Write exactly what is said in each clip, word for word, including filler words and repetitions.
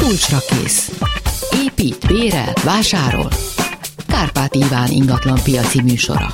Kulcsra kész. Épít, bérel, vásárol. Kárpát Iván ingatlan piaci műsora.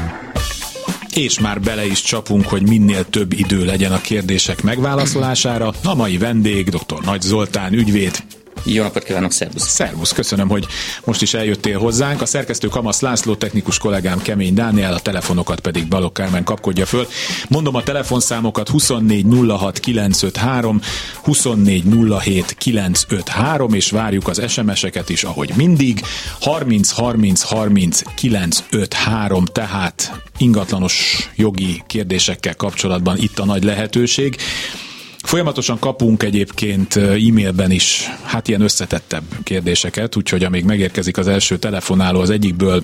És már bele is csapunk, hogy minél több idő legyen a kérdések megválaszolására. A mai vendég dr. Nagy Zoltán ügyvéd. Jó napot kívánok, szervusz! Szervusz, köszönöm, hogy most is eljöttél hozzánk. A szerkesztő Kamasz László, technikus kollégám Kemény Dániel, a telefonokat pedig Balogh Kármen kapkodja föl. Mondom a telefonszámokat: huszonnégy nulla hat kilencszázötvenhárom, huszonnégy nulla hét kilencszázötvenhárom, és várjuk az es em es-eket is, ahogy mindig. harminc harminc harminc kilencszázötvenhárom, tehát ingatlanos jogi kérdésekkel kapcsolatban itt a nagy lehetőség. Folyamatosan kapunk egyébként e-mailben is hát ilyen összetettebb kérdéseket, úgyhogy amíg megérkezik az első telefonáló, az egyikből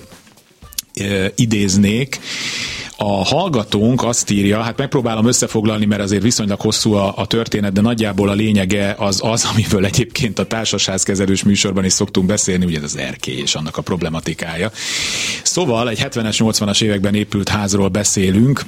e, idéznék. A hallgatónk azt írja, hát megpróbálom összefoglalni, mert azért viszonylag hosszú a, a történet, de nagyjából a lényege az az, amiből egyébként a társasházkezelős műsorban is szoktunk beszélni, ugye ez az erkély és annak a problematikája. Szóval egy hetvenes, nyolcvanas években épült házról beszélünk,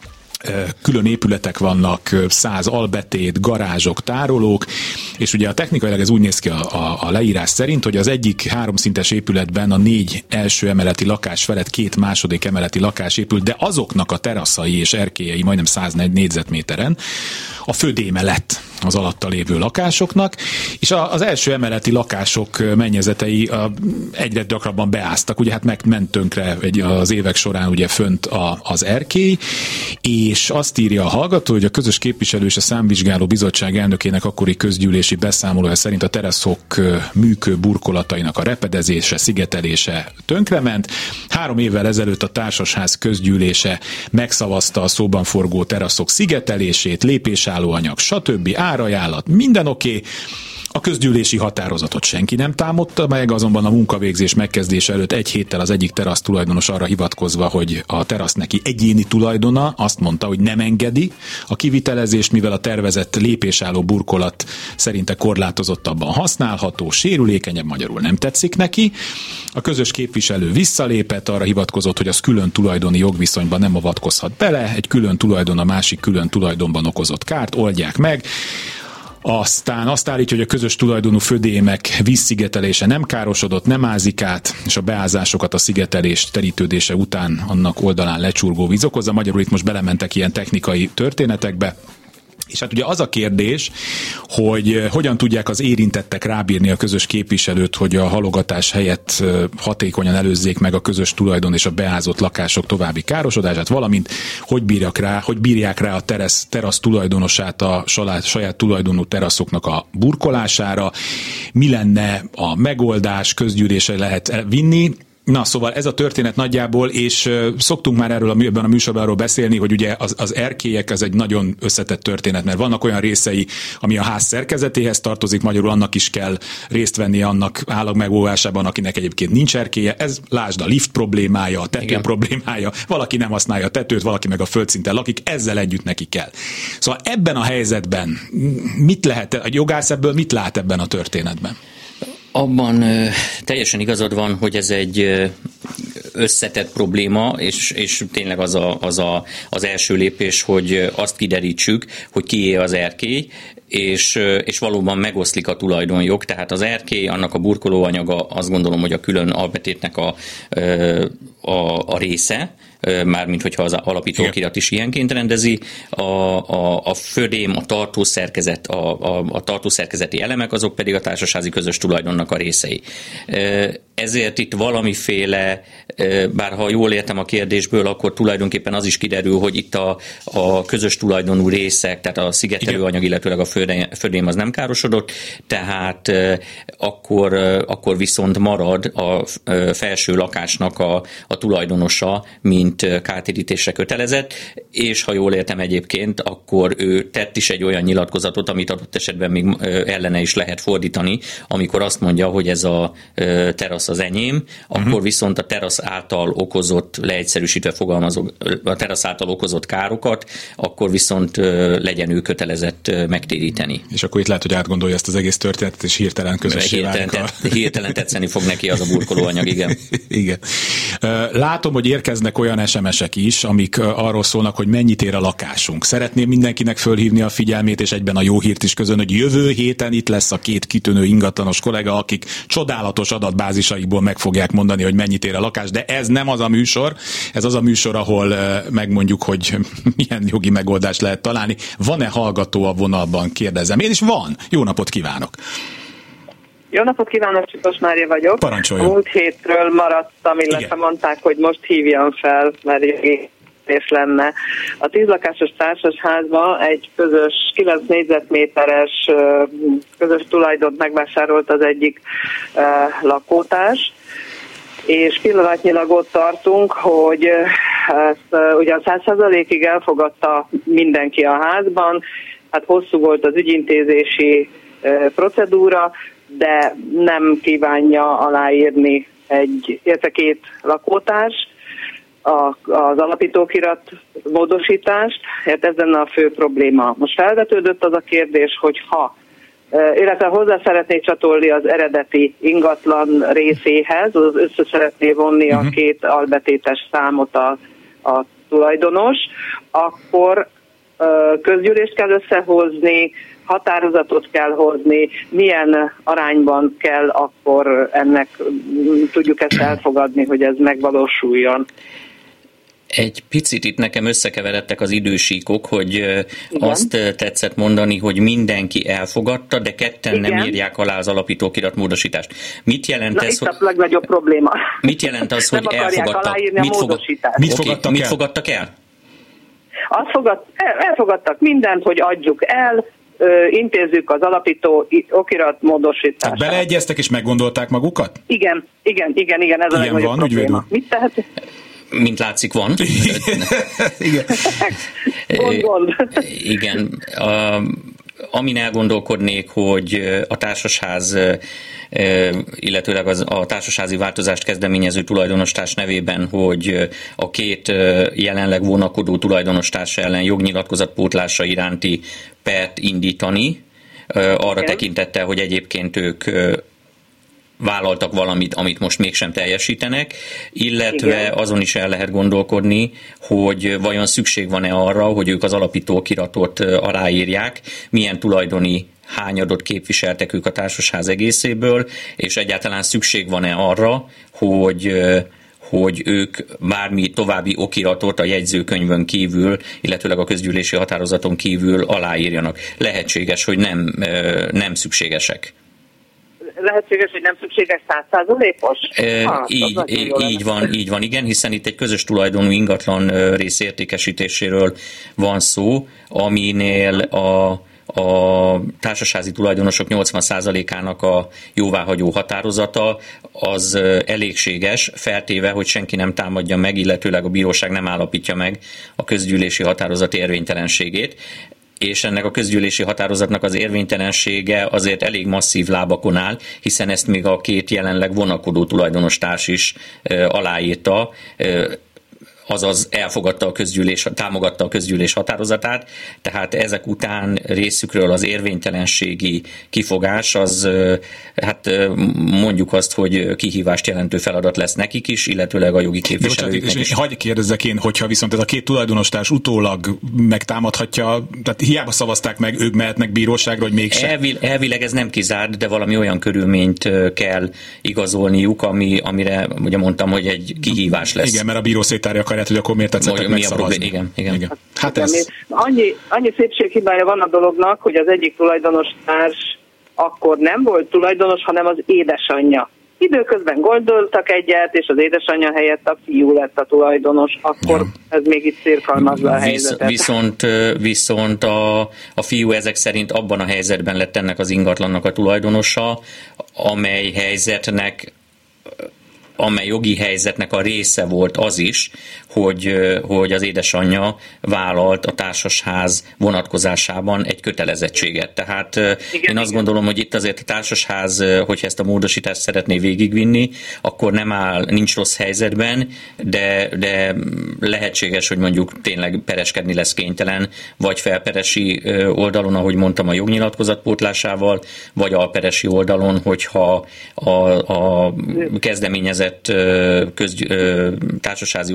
külön épületek vannak, száz albetét, garázsok, tárolók, és ugye a technikailag ez úgy néz ki a, a, a leírás szerint, hogy az egyik háromszintes épületben a négy első emeleti lakás felett két második emeleti lakás épült, de azoknak a teraszai és erkélyei majdnem száz négyzetméteren a födéme lett az alatta lévő lakásoknak, és az első emeleti lakások mennyezetei egyre gyakrabban beáztak, ugye hát megment tönkre az évek során ugye fönt a, az erkély, és azt írja a hallgató, hogy a közös képviselő és a számvizsgáló bizottság elnökének akkori közgyűlési beszámolója szerint a teraszok műkő burkolatainak a repedezése, szigetelése tönkrement. Három évvel ezelőtt a társasház közgyűlése megszavazta a szóban forgó teraszok szigetelését, lépésálló anyag, stb. Árajánlat, minden oké. Okay. A közgyűlési határozatot senki nem támadta meg, azonban a munkavégzés megkezdése előtt egy héttel az egyik terasz tulajdonos arra hivatkozva, hogy a terasz neki egyéni tulajdona, azt mondta, hogy nem engedi a kivitelezést, mivel a tervezett lépésálló burkolat szerinte korlátozottabban használható, sérülékenyebb, magyarul nem tetszik neki. A közös képviselő visszalépett, arra hivatkozott, hogy az külön tulajdoni jogviszonyban nem avatkozhat bele, egy külön tulajdon a másik külön tulajdonban okozott kárt, oldják meg. Aztán azt állítja, hogy a közös tulajdonú födémek vízszigetelése nem károsodott, nem ázik át, és a beázásokat a szigetelés terítődése után annak oldalán lecsurgó víz okozza. Magyarul itt most belementek ilyen technikai történetekbe. És hát ugye az a kérdés, hogy hogyan tudják az érintettek rábírni a közös képviselőt, hogy a halogatás helyett hatékonyan előzzék meg a közös tulajdon és a beázott lakások további károsodását, valamint hogy bírják rá, hogy bírják rá a terasz, terasz tulajdonosát a saját, saját tulajdonú teraszoknak a burkolására, mi lenne a megoldás, közgyűlésre lehet vinni. Na, szóval ez a történet nagyjából, és uh, szoktunk már erről a, ebben a műsorban arról beszélni, hogy ugye az, az erkélyek, ez egy nagyon összetett történet, mert vannak olyan részei, ami a ház szerkezetéhez tartozik, magyarul annak is kell részt venni annak állagmegóvásában, akinek egyébként nincs erkélye. Ez lásd a lift problémája, a tető Igen. problémája, valaki nem használja a tetőt, valaki meg a földszinten lakik, ezzel együtt neki kell. Szóval ebben a helyzetben mit lehet, a jogász ebből mit lát ebben a történetben? Abban ö, teljesen igazad van, hogy ez egy ö, összetett probléma, és, és tényleg az, a, az, a, az első lépés, hogy azt kiderítsük, hogy kié az erkély, és, és valóban megoszlik a tulajdonjog, tehát az erkély, annak a burkolóanyaga, azt gondolom, hogy a külön albetétnek a, a, a része, mármint hogyha az alapítókirat is ilyenként rendezi, a, a, a födém, a tartószerkezet, a, a, a tartószerkezeti elemek, azok pedig a társasházi közös tulajdonnak a részei. Ezért itt valamiféle, bár ha jól értem a kérdésből, akkor tulajdonképpen az is kiderül, hogy itt a, a közös tulajdonú részek, tehát a szigetelőanyag, illetőleg a födém, födém az nem károsodott, tehát akkor, akkor viszont marad a felső lakásnak a, a tulajdonosa, mint kártérítésre kötelezett, és ha jól értem egyébként, akkor ő tett is egy olyan nyilatkozatot, amit adott esetben még ellene is lehet fordítani, amikor azt mondja, hogy ez a terasz az enyém, uh-huh. akkor viszont a terasz által okozott, leegyszerűsítve fogalmazok, a terasz által okozott károkat, akkor viszont legyen ő kötelezett megtéríteni. És akkor itt lehet, hogy átgondolja ezt az egész történetet, és hirtelen közössé válik. Hirtelen tetszeni fog neki az a burkolóanyag, igen. Igen. Látom, hogy érkeznek olyan es em esek is, amik arról szólnak, hogy mennyit ér a lakásunk. Szeretném mindenkinek fölhívni a figyelmét, és egyben a jó hírt is közön, hogy jövő héten itt lesz a két kitűnő ingatlanos kollega, akik csodálatos adatbázisaikból meg fogják mondani, hogy mennyit ér a lakás, de ez nem az a műsor, ez az a műsor, ahol megmondjuk, hogy milyen jogi megoldást lehet találni. Van-e hallgató a vonalban, kérdezem. Én is van. Jó napot kívánok! Jó napot kívánok, Csitos Mária vagyok. Parancsoljon. A múlt hétről maradtam, illetve Igen. mondták, hogy most hívjam fel, mert és lenne. A tíz lakásos társasházban egy közös kilenc négyzetméteres közös tulajdont megvásárolt az egyik lakótárs, és pillanatnyilag ott tartunk, hogy ezt ugyan száz százalékig elfogadta mindenki a házban, hát hosszú volt az ügyintézési procedúra, de nem kívánja aláírni egy, illetve két lakótárs az alapítókirat módosítást, hát ez lenne a fő probléma. Most felvetődött az a kérdés, hogy ha, illetve hozzá szeretné csatolni az eredeti ingatlan részéhez, az össze szeretné vonni uh-huh. a két albetétes számot a, a tulajdonos, akkor közgyűlést kell összehozni, határozatot kell hozni, milyen arányban kell akkor ennek, tudjuk ezt elfogadni, hogy ez megvalósuljon. Egy picit itt nekem összekeveredtek az idősíkok, hogy Igen. azt tetszett mondani, hogy mindenki elfogadta, de ketten Igen. nem írják alá az alapítókirat módosítást. Mit jelent Na, ez? Itt hogy... a legnagyobb probléma. Mit jelent az, hogy elfogadtak? Mit, fogad... mit, okay. fogadtak Mit el? fogadtak el? Azt fogad... elfogadtak mindent, hogy adjuk el, intézzük az alapító okirat módosítását. Tehát beleegyeztek és meggondolták magukat? Igen, igen, igen, igen, ez a legnagyobb van, probléma. Mit tehet? Mint látszik, van. Igen. Gond, gond. Igen. A, amin elgondolkodnék, hogy a társasház, illetőleg az, a társasházi változást kezdeményező tulajdonostárs nevében, hogy a két jelenleg vonakodó tulajdonostárs ellen jognyilatkozatpótlása iránti pert indítani, arra Igen. tekintettel, hogy egyébként ők vállaltak valamit, amit most mégsem teljesítenek, illetve Igen. azon is el lehet gondolkodni, hogy vajon szükség van-e arra, hogy ők az alapítókiratot aláírják, milyen tulajdoni hányadot képviseltek ők a társasház egészéből, és egyáltalán szükség van-e arra, hogy hogy ők bármi további okiratot a jegyzőkönyvön kívül, illetőleg a közgyűlési határozaton kívül aláírjanak. Lehetséges, hogy nem, nem szükségesek. Lehetséges, hogy nem szükséges száz százalékos? E, így, így van, így van, igen, hiszen itt egy közös tulajdonú ingatlan rész értékesítéséről van szó, aminél a a társasázi tulajdonosok nyolcvan százalékának a jóváhagyó határozata az elégséges, feltéve, hogy senki nem támadja meg, illetőleg a bíróság nem állapítja meg a közgyűlési határozat érvénytelenségét, és ennek a közgyűlési határozatnak az érvénytelensége azért elég masszív lábakon áll, hiszen ezt még a két jelenleg vonakodó tulajdonostárs is aláírta, azaz elfogadta a közgyűlés, támogatta a közgyűlés határozatát, tehát ezek után részükről az érvénytelenségi kifogás, az hát mondjuk azt, hogy kihívást jelentő feladat lesz nekik is, illetőleg a jogi képviselőknek is. Hagyj kérdezzek én, hogyha viszont ez a két tulajdonostárs utólag megtámadhatja, tehát hiába szavazták meg, ők mehetnek bíróságra, hogy mégsem. Elvil, elvileg ez nem kizárt, de valami olyan körülményt kell igazolniuk, ami, amire ugye mondtam, hogy egy kihívás lesz. Igen, mert a bíró széttárja akarját, hogy akkor miért tetszettek megszavazni. Igen, igen. igen. Hát ez... Annyi, annyi szépséghibája van a dolognak, hogy az egyik tulajdonostárs akkor nem volt tulajdonos, hanem az édesanyja. Időközben gondoltak egyet, és az édesanyja helyett a fiú lett a tulajdonos, akkor ja. ez még itt szirkalmazza a helyzetet. Viszont, viszont a, a fiú ezek szerint abban a helyzetben lett ennek az ingatlannak a tulajdonosa, amely helyzetnek amely jogi helyzetnek a része volt az is, hogy, hogy az édesanyja vállalt a társasház vonatkozásában egy kötelezettséget. Tehát igen, én igen. azt gondolom, hogy itt azért a társasház, hogyha ezt a módosítást szeretné végigvinni, akkor nem áll, nincs rossz helyzetben, de, de lehetséges, hogy mondjuk tényleg pereskedni lesz kénytelen, vagy felperesi oldalon, ahogy mondtam, a jognyilatkozat pótlásával, vagy alperesi oldalon, hogyha a, a kezdeményezett köz, társasázi okirat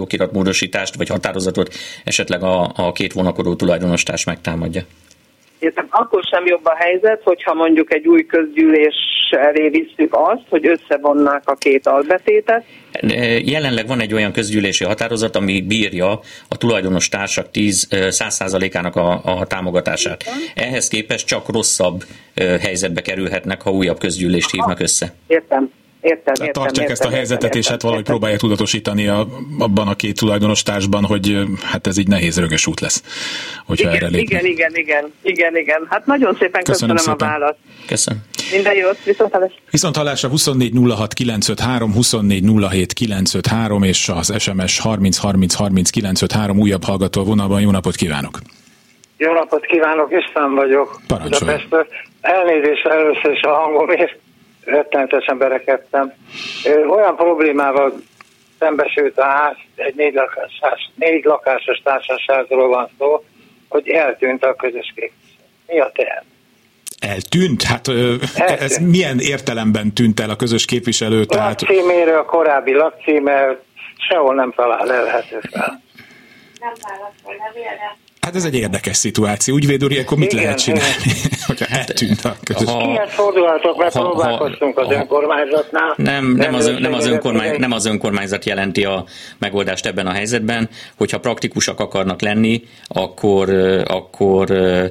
tulajdonosítást vagy határozatot esetleg a, a két vonakodó tulajdonostárs megtámadja. Értem, akkor sem jobb a helyzet, hogyha mondjuk egy új közgyűlés elé visszük azt, hogy összevonnák a két albetétet. Jelenleg van egy olyan közgyűlési határozat, ami bírja a tulajdonos társak száz százalékának a, a támogatását. Ehhez képest csak rosszabb helyzetbe kerülhetnek, ha újabb közgyűlést hívnak össze. Értem. Értem, értem, tartsák értem, ezt a helyzetet, értem, és hát valahogy értem. próbálják tudatosítani a, abban a két tulajdonos társban, hogy hát ez így nehéz rögös út lesz, hogyha igen, erre lépnek. igen, igen, igen, igen, igen. Hát nagyon szépen köszönöm, köszönöm a választ. Köszönöm. Minden jót, viszont hallásra. Viszont hallásra huszonnégy nulla hat kilencszázötvenhárom, huszonnégy nulla hét kilencszázötvenhárom és az es em es harminc harminc harminc kilencszázötvenhárom újabb hallgató vonalban. Jó napot kívánok! Jó napot kívánok, István vagyok. Parancsolj. Elnézést először is a hangomért, rettenetesen berekedtem. Olyan problémával szembesült a ház, egy négy lakásos, négy lakásos társaságról van szó, hogy eltűnt a közös képviselő. Mi a tehet? Eltűnt? Hát eltűnt. Ez milyen értelemben tűnt el a közös képviselő? Tehát... Lakcíméről, a korábbi lakcíme sehol nem talál elhető fel. Nem válaszol levélre. Hát ez egy érdekes szituáció. Ügyvéd úr, akkor mit igen, lehet csinálni, hogyha eltűnt a közös... Ha, Ilyen fordulatok, mert próbálkoztunk az önkormányzatnál. Nem, nem, az, nem, az önkormány, nem az önkormányzat jelenti a megoldást ebben a helyzetben. Hogyha praktikusak akarnak lenni, akkor, akkor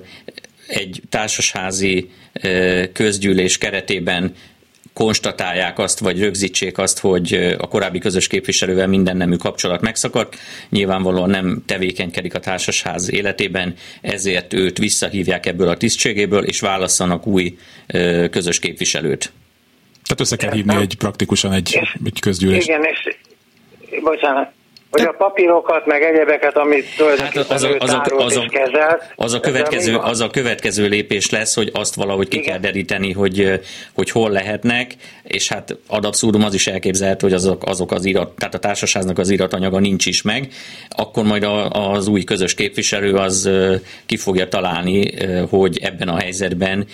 egy társasházi közgyűlés keretében konstatálják azt, vagy rögzítsék azt, hogy a korábbi közös képviselővel minden nemű kapcsolat megszakadt. Nyilvánvalóan nem tevékenykedik a társasház életében, ezért őt visszahívják ebből a tisztségéből, és válasszanak új közös képviselőt. Tehát össze kell hívni egy praktikusan egy, egy közgyűlést. Igen, és bocsánat, hogy a papírokat, meg egyebeket, amit tulajdonképpen hát az, a, az, a, az, a, kezelt, az, a következő, az a következő lépés lesz, hogy azt valahogy ki igen. kell deríteni, hogy, hogy hol lehetnek, és hát ad abszurdum az is elképzelhető, hogy azok, azok az irat, tehát a társasháznak az iratanyaga nincs is meg, akkor majd a, az új közös képviselő az ki fogja találni, hogy ebben a helyzetben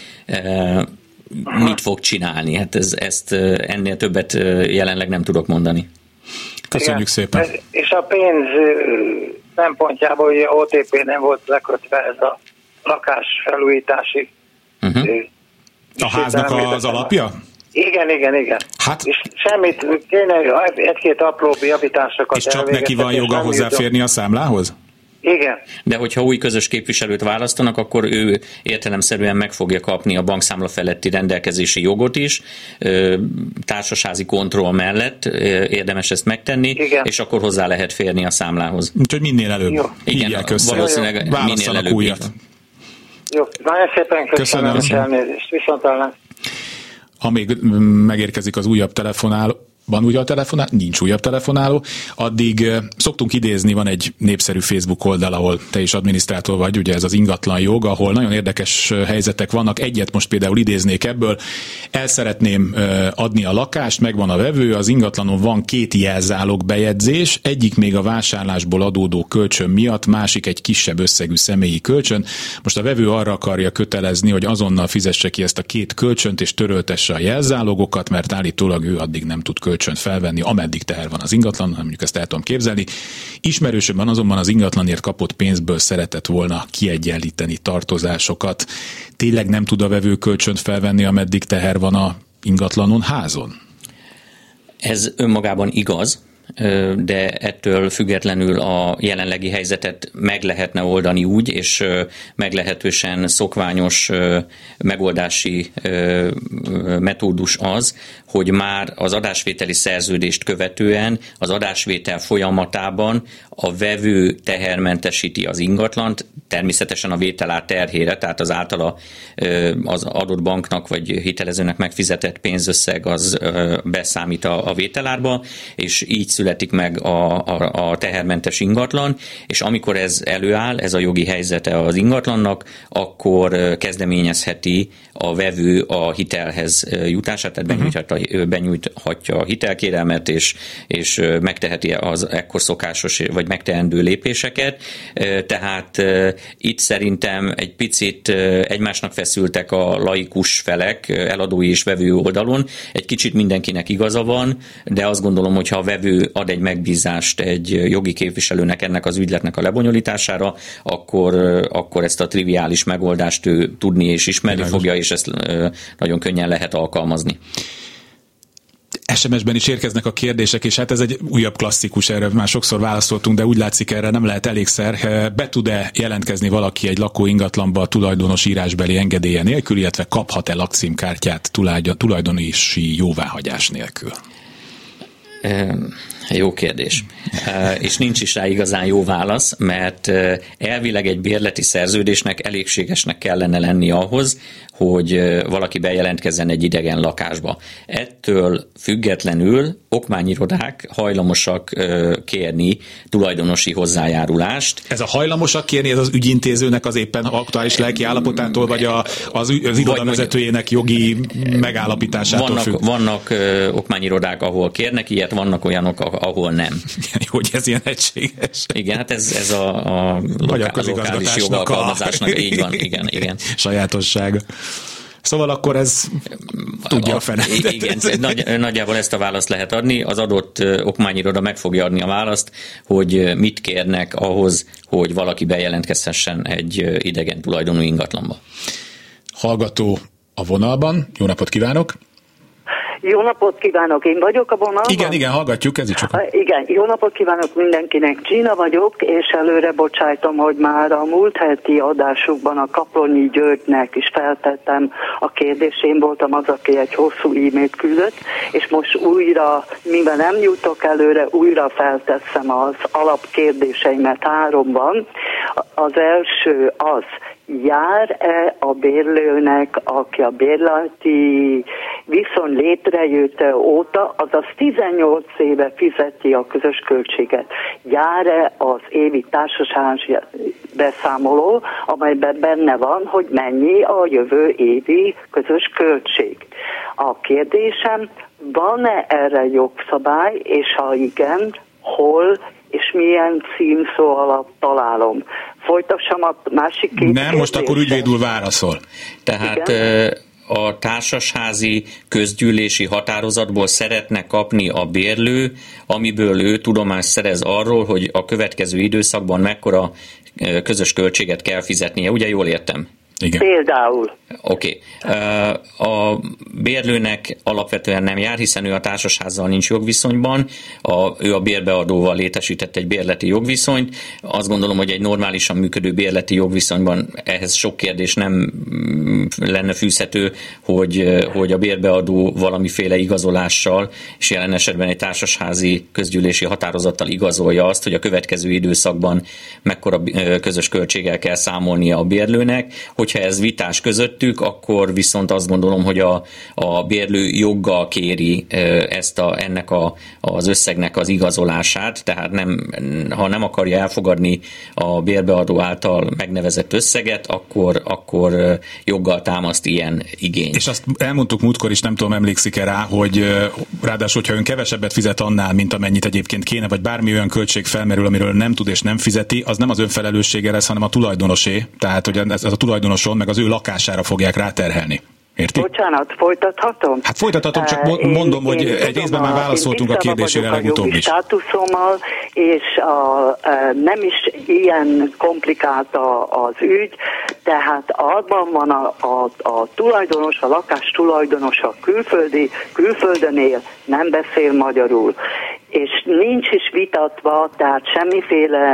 mit fog csinálni. Hát ez, ezt ennél többet jelenleg nem tudok mondani. Köszönjük igen. szépen. És a pénz szempontjából ugye o té pé nem volt lekötve ez a lakásfelújítási. Uh-huh. A háznak az alapja? Igen, igen, igen. Hát, és semmit, kéne egy-két apró javításokat. És csak neki van joga hozzáférni a számlához? Igen. De hogyha új közös képviselőt választanak, akkor ő értelemszerűen meg fogja kapni a bankszámla feletti rendelkezési jogot is, társasházi kontroll mellett érdemes ezt megtenni, igen. és akkor hozzá lehet férni a számlához. Úgyhogy minél előbb. Jó. Igen, össze. valószínűleg jó, jó. minél előbb. Újat. Jó, nagyon szépen köszönöm, köszönöm. Elnézést. Viszontlátásra. Amíg megérkezik az újabb telefonáló, van újabb telefonáló? Nincs újabb telefonáló. Addig szoktunk idézni, van egy népszerű Facebook oldal, ahol te is adminisztrátor vagy, ugye ez az ingatlan jog, ahol nagyon érdekes helyzetek vannak. Egyet most például idéznék ebből. El szeretném adni a lakást, megvan a vevő, az ingatlanon van két jelzálog bejegyzés, egyik még a vásárlásból adódó kölcsön miatt, másik egy kisebb összegű személyi kölcsön. Most a vevő arra akarja kötelezni, hogy azonnal fizesse ki ezt a két kölcsönt, és töröltesse a jelzálogokat, mert állítólag ő addig nem tud kölcsönt felvenni, ameddig teher van az ingatlan, mondjuk ezt el tudom képzelni. Ismerősömben azonban az ingatlanért kapott pénzből szeretett volna kiegyenlíteni tartozásokat. Tényleg nem tud a vevő kölcsönt felvenni, ameddig teher van a ingatlanon, házon? Ez önmagában igaz, de ettől függetlenül a jelenlegi helyzetet meg lehetne oldani úgy, és meglehetősen szokványos megoldási metódus az, hogy már az adásvételi szerződést követően az adásvétel folyamatában a vevő tehermentesíti az ingatlant, természetesen a vételár terhére, tehát az általa az adott banknak vagy hitelezőnek megfizetett pénzösszeg az beszámít a vételárba, és így születik meg a, a, a tehermentes ingatlan, és amikor ez előáll, ez a jogi helyzete az ingatlannak, akkor kezdeményezheti a vevő a hitelhez jutását, tehát benyújthatja, benyújthatja a hitelkérelmet, és, és megteheti az ekkor szokásos, vagy megteendő lépéseket. Tehát itt szerintem egy picit egymásnak feszültek a laikus felek, eladói és vevő oldalon. Egy kicsit mindenkinek igaza van, de azt gondolom, hogy ha a vevő ad egy megbízást egy jogi képviselőnek ennek az ügyletnek a lebonyolítására, akkor, akkor ezt a triviális megoldást ő tudni és ismerni fogja, és ezt nagyon könnyen lehet alkalmazni. es em es-ben is érkeznek a kérdések, és hát ez egy újabb klasszikus, erre már sokszor válaszoltunk, de úgy látszik, erre nem lehet elégszer. Be tud-e jelentkezni valaki egy lakóingatlanba a tulajdonos írásbeli engedélye nélkül, illetve kaphat-e lakcímkártyát tulajdonosi jóváhagyás nélkül? Jó kérdés. És nincs is rá igazán jó válasz, mert elvileg egy bérleti szerződésnek elégségesnek kellene lenni ahhoz, hogy valaki bejelentkezzen egy idegen lakásba. Ettől függetlenül okmányirodák hajlamosak kérni tulajdonosi hozzájárulást. Ez a hajlamosak kérni, ez az ügyintézőnek az éppen aktuális lelki állapotától, vagy a, az, az iroda vezetőjének jogi megállapításától vannak, függ? Vannak okmányirodák, ahol kérnek ilyet, vannak olyanok, ahol nem. Hogy ez ilyen egységes. Igen, hát ez, ez a, a, loká, a lokális jogalkalmazásnak a... így van, igen, igen. Sajátossága. Szóval akkor ez tudja a, a fene. Igen, nagy, nagyjából ezt a választ lehet adni. Az adott okmányiroda meg fogja adni a választ, hogy mit kérnek ahhoz, hogy valaki bejelentkezhessen egy idegen tulajdonú ingatlanba. Hallgató a vonalban. Jó napot kívánok! Jó napot kívánok, én vagyok a vonalban? Igen, igen, hallgatjuk, ez így sokan. Igen, jó napot kívánok mindenkinek, Gina vagyok, és előre bocsájtom, hogy már a múlt heti adásukban a Kaplonyi Györgynek is feltettem a kérdést, én voltam az, aki egy hosszú e-mailt küldött, és most újra, mivel nem jutok előre, újra felteszem az alapkérdéseimet háromban. Az első az, jár-e a bérlőnek, aki a bérleti viszony létrejötte óta, azaz tizennyolc éve fizeti a közös költséget. Jár-e az évi társasházi beszámoló, amelyben benne van, hogy mennyi a jövő évi közös költség. A kérdésem, van-e erre jogszabály, és ha igen, hol és milyen címszó alatt találom? Folytassam a másik két Nem, kérdést. most akkor ügyvéd úr válaszol. Tehát igen? A társasházi közgyűlési határozatból szeretne kapni a bérlő, amiből ő tudomást szerez arról, hogy a következő időszakban mekkora közös költséget kell fizetnie. Ugye jól értem? Igen. Például. Oké. Okay. A bérlőnek alapvetően nem jár, hiszen ő a társasházzal nincs jogviszonyban, a, ő a bérbeadóval létesített egy bérleti jogviszonyt. Azt gondolom, hogy egy normálisan működő bérleti jogviszonyban ehhez sok kérdés nem lenne fűzhető, hogy, hogy a bérbeadó valamiféle igazolással, és jelen esetben egy társasházi közgyűlési határozattal igazolja azt, hogy a következő időszakban mekkora közös költséggel kell számolnia a bérlőnek. Hogyha ez vitás közöttük, akkor viszont azt gondolom, hogy a, a bérlő joggal kéri ezt a, ennek a, az összegnek az igazolását, tehát nem, ha nem akarja elfogadni a bérbeadó által megnevezett összeget, akkor, akkor joggal támaszt ilyen igényt. És azt elmondtuk múltkor is, nem tudom, emlékszik-e rá, hogy ráadásul, hogyha ön kevesebbet fizet annál, mint amennyit egyébként kéne, vagy bármi olyan költség felmerül, amiről nem tud és nem fizeti, az nem az ön felelőssége lesz, hanem a tulajdonosé, tehát hogy ez a tulajdonoson meg az ő lakására fogják ráterhelni. Érti? Bocsánat, folytathatom? Hát folytathatom, csak mondom, hogy én egy részben már válaszoltunk a kérdésére legutóbb is. Státuszommal, és a, nem is ilyen komplikált az ügy, tehát abban van a, a, a tulajdonos, a lakás tulajdonos, a külföldi, külföldön él, nem beszél magyarul, és nincs is vitatva, tehát semmiféle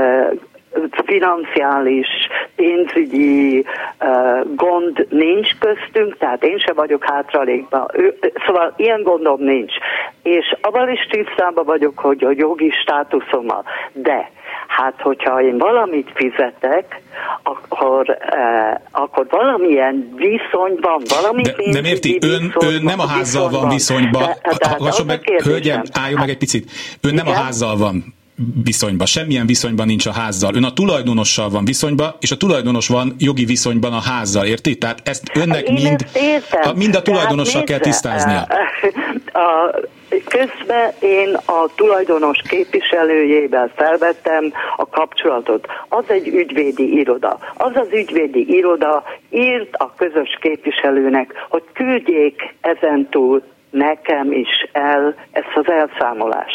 financiális, pénzügyi uh, gond nincs köztünk, tehát én se vagyok hátralékban. Ő, szóval ilyen gondom nincs. És abban is tisztában vagyok, hogy a jogi státuszommal. De hát, hogyha én valamit fizetek, akkor, uh, akkor valamilyen viszonyban, valami de, de érti, ön, ön nem a házzal van viszonyban. Hallgasson meg, hölgyem, álljon meg egy picit. Ön igen? Nem a házzal van viszonyban, semmilyen viszonyban nincs a házzal. Ön a tulajdonossal van viszonyban, és a tulajdonos van jogi viszonyban a házzal, érti? Tehát ezt önnek én mind, ezt a, mind a tulajdonossal kell tisztáznia. A, közben én a tulajdonos képviselőjével felvettem a kapcsolatot. Az egy ügyvédi iroda. Az az ügyvédi iroda írt a közös képviselőnek, hogy küldjék ezentúl nekem is el ezt az elszámolást.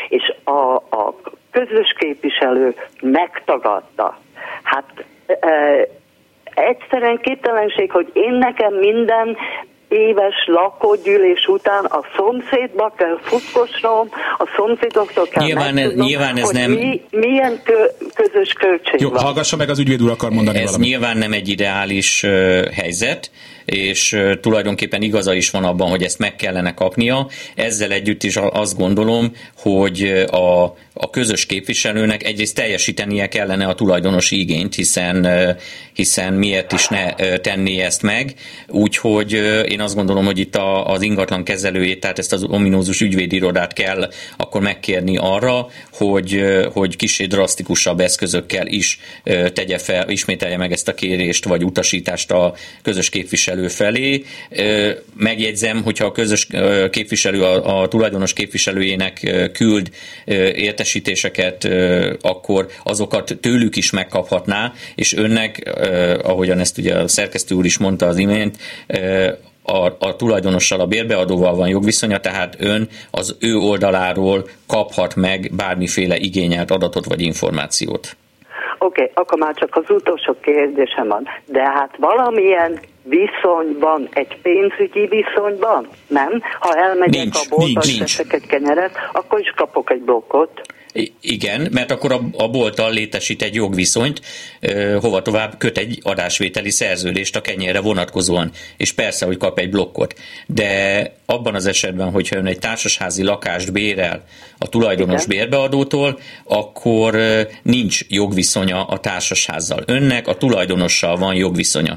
és a, a közös képviselő megtagadta. Hát e, egyszerűen képtelenség, hogy én nekem minden éves lakógyűlés után a szomszédba kell futkosnom, a szomszédoktól kell nyilván, megtudnom, nyilván ez hogy nem... mi, milyen kö, közös költség Jó, van. hallgassa meg, az ügyvéd úr akar mondani ez valamit. Nyilván nem egy ideális uh, helyzet, és uh, tulajdonképpen igaza is van abban, hogy ezt meg kellene kapnia. Ezzel együtt is azt gondolom, hogy a, a közös képviselőnek egyrészt teljesítenie kellene a tulajdonosi igényt, hiszen, uh, hiszen miért is ne uh, tenné ezt meg. Úgyhogy uh, én azt gondolom, hogy itt a, az ingatlan kezelőjét, tehát ezt az ominózus ügyvédirodát kell akkor megkérni arra, hogy, uh, hogy kissé drasztikusabb eszközökkel is uh, tegye fel, ismételje meg ezt a kérést, vagy utasítást a közös képviselő felé. Megjegyzem, hogyha a közös képviselő a, a tulajdonos képviselőjének küld értesítéseket, akkor azokat tőlük is megkaphatná, és önnek, ahogyan ezt ugye a szerkesztő úr is mondta az imént, A, a tulajdonossal, a bérbeadóval van jogviszonya, tehát ön az ő oldaláról kaphat meg bármiféle igényelt adatot vagy információt. Oké, okay, akkor már csak az utolsó kérdésem van. De hát valamilyen viszonyban, egy pénzügyi viszonyban, nem? Ha elmegyek nincs, a boltba, nincs, teszek egy kenyeret, akkor is kapok egy blokkot. Igen, mert akkor a, a bolttal létesít egy jogviszonyt, eh, hova tovább köt egy adásvételi szerződést a kenyérre vonatkozóan, és persze, hogy kap egy blokkot. De abban az esetben, hogyha ön egy társasházi lakást bérel a tulajdonos Igen. bérbeadótól, akkor eh, nincs jogviszonya a társasházzal. Önnek a tulajdonossal van jogviszonya.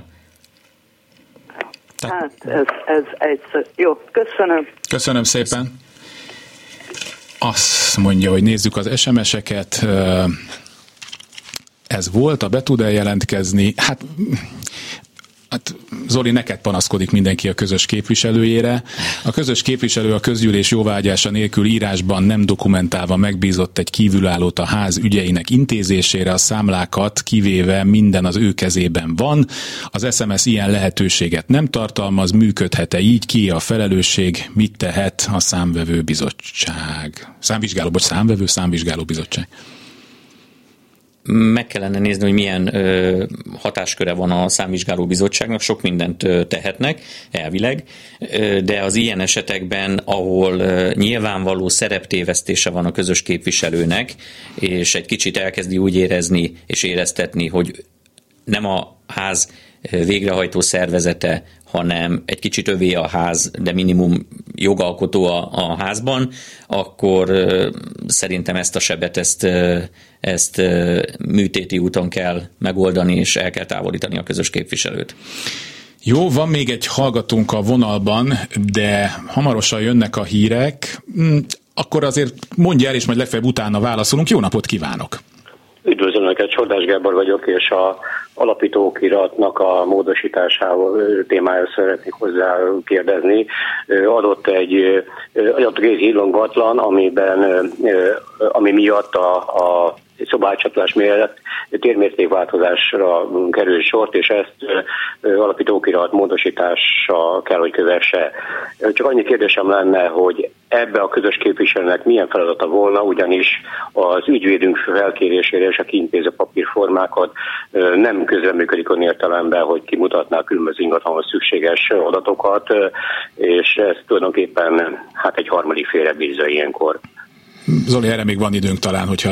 Hát ez, ez egyszer. Jó, köszönöm. Köszönöm szépen. Azt mondja, hogy nézzük az es em es-eket. Ez volt, a be tud eljelentkezni. Hát, hát Zoli, neked panaszkodik mindenki a közös képviselőjére. A közös képviselő a közgyűlés jóváhagyása nélkül írásban nem dokumentálva megbízott egy kívülállót a ház ügyeinek intézésére, a számlákat kivéve minden az ő kezében van. Az es em es ilyen lehetőséget nem tartalmaz, működhet-e így, ki a felelősség, mit tehet a számvevő bizottság? Számvizsgáló, bocs, számvevő, számvizsgáló bizottság. Meg kellene nézni, hogy milyen ö, hatásköre van a számvizsgáló bizottságnak, sok mindent ö, tehetnek, elvileg, ö, de az ilyen esetekben, ahol ö, nyilvánvaló szereptévesztése van a közös képviselőnek, és egy kicsit elkezdi úgy érezni és éreztetni, hogy nem a ház végrehajtó szervezete, hanem egy kicsit övé a ház, de minimum jogalkotó a, a házban, akkor uh, szerintem ezt a sebet, ezt, uh, ezt uh, műtéti úton kell megoldani, és el kell távolítani a közös képviselőt. Jó, van még egy hallgatónk a vonalban, de hamarosan jönnek a hírek. Akkor azért mondja el, és majd legfeljebb utána válaszolunk. Jó napot kívánok! Üdvözlöm Önöket, Csordás Gábor vagyok, és a alapítókiratnak a módosításával témájára szeretnék hozzá kérdezni. Adott egy adott egy hírlongatlan, amiben, ami miatt a, a szobácsatolás mellett térmértékváltozásra kerül sort, és ezt alapítókirat módosítása kell, hogy kövesse. Csak annyi kérdésem lenne, hogy ebbe a közös képviselőnek milyen feladata volna, ugyanis az ügyvédünk felkérésére és a kiintéző papírformákat nem közreműködik olyan értelemben, hogy kimutatná a különböző ingatlanhoz szükséges adatokat, és ez tulajdonképpen hát egy harmadik félre bízza ilyenkor. Zoli, erre még van időnk talán, hogyha...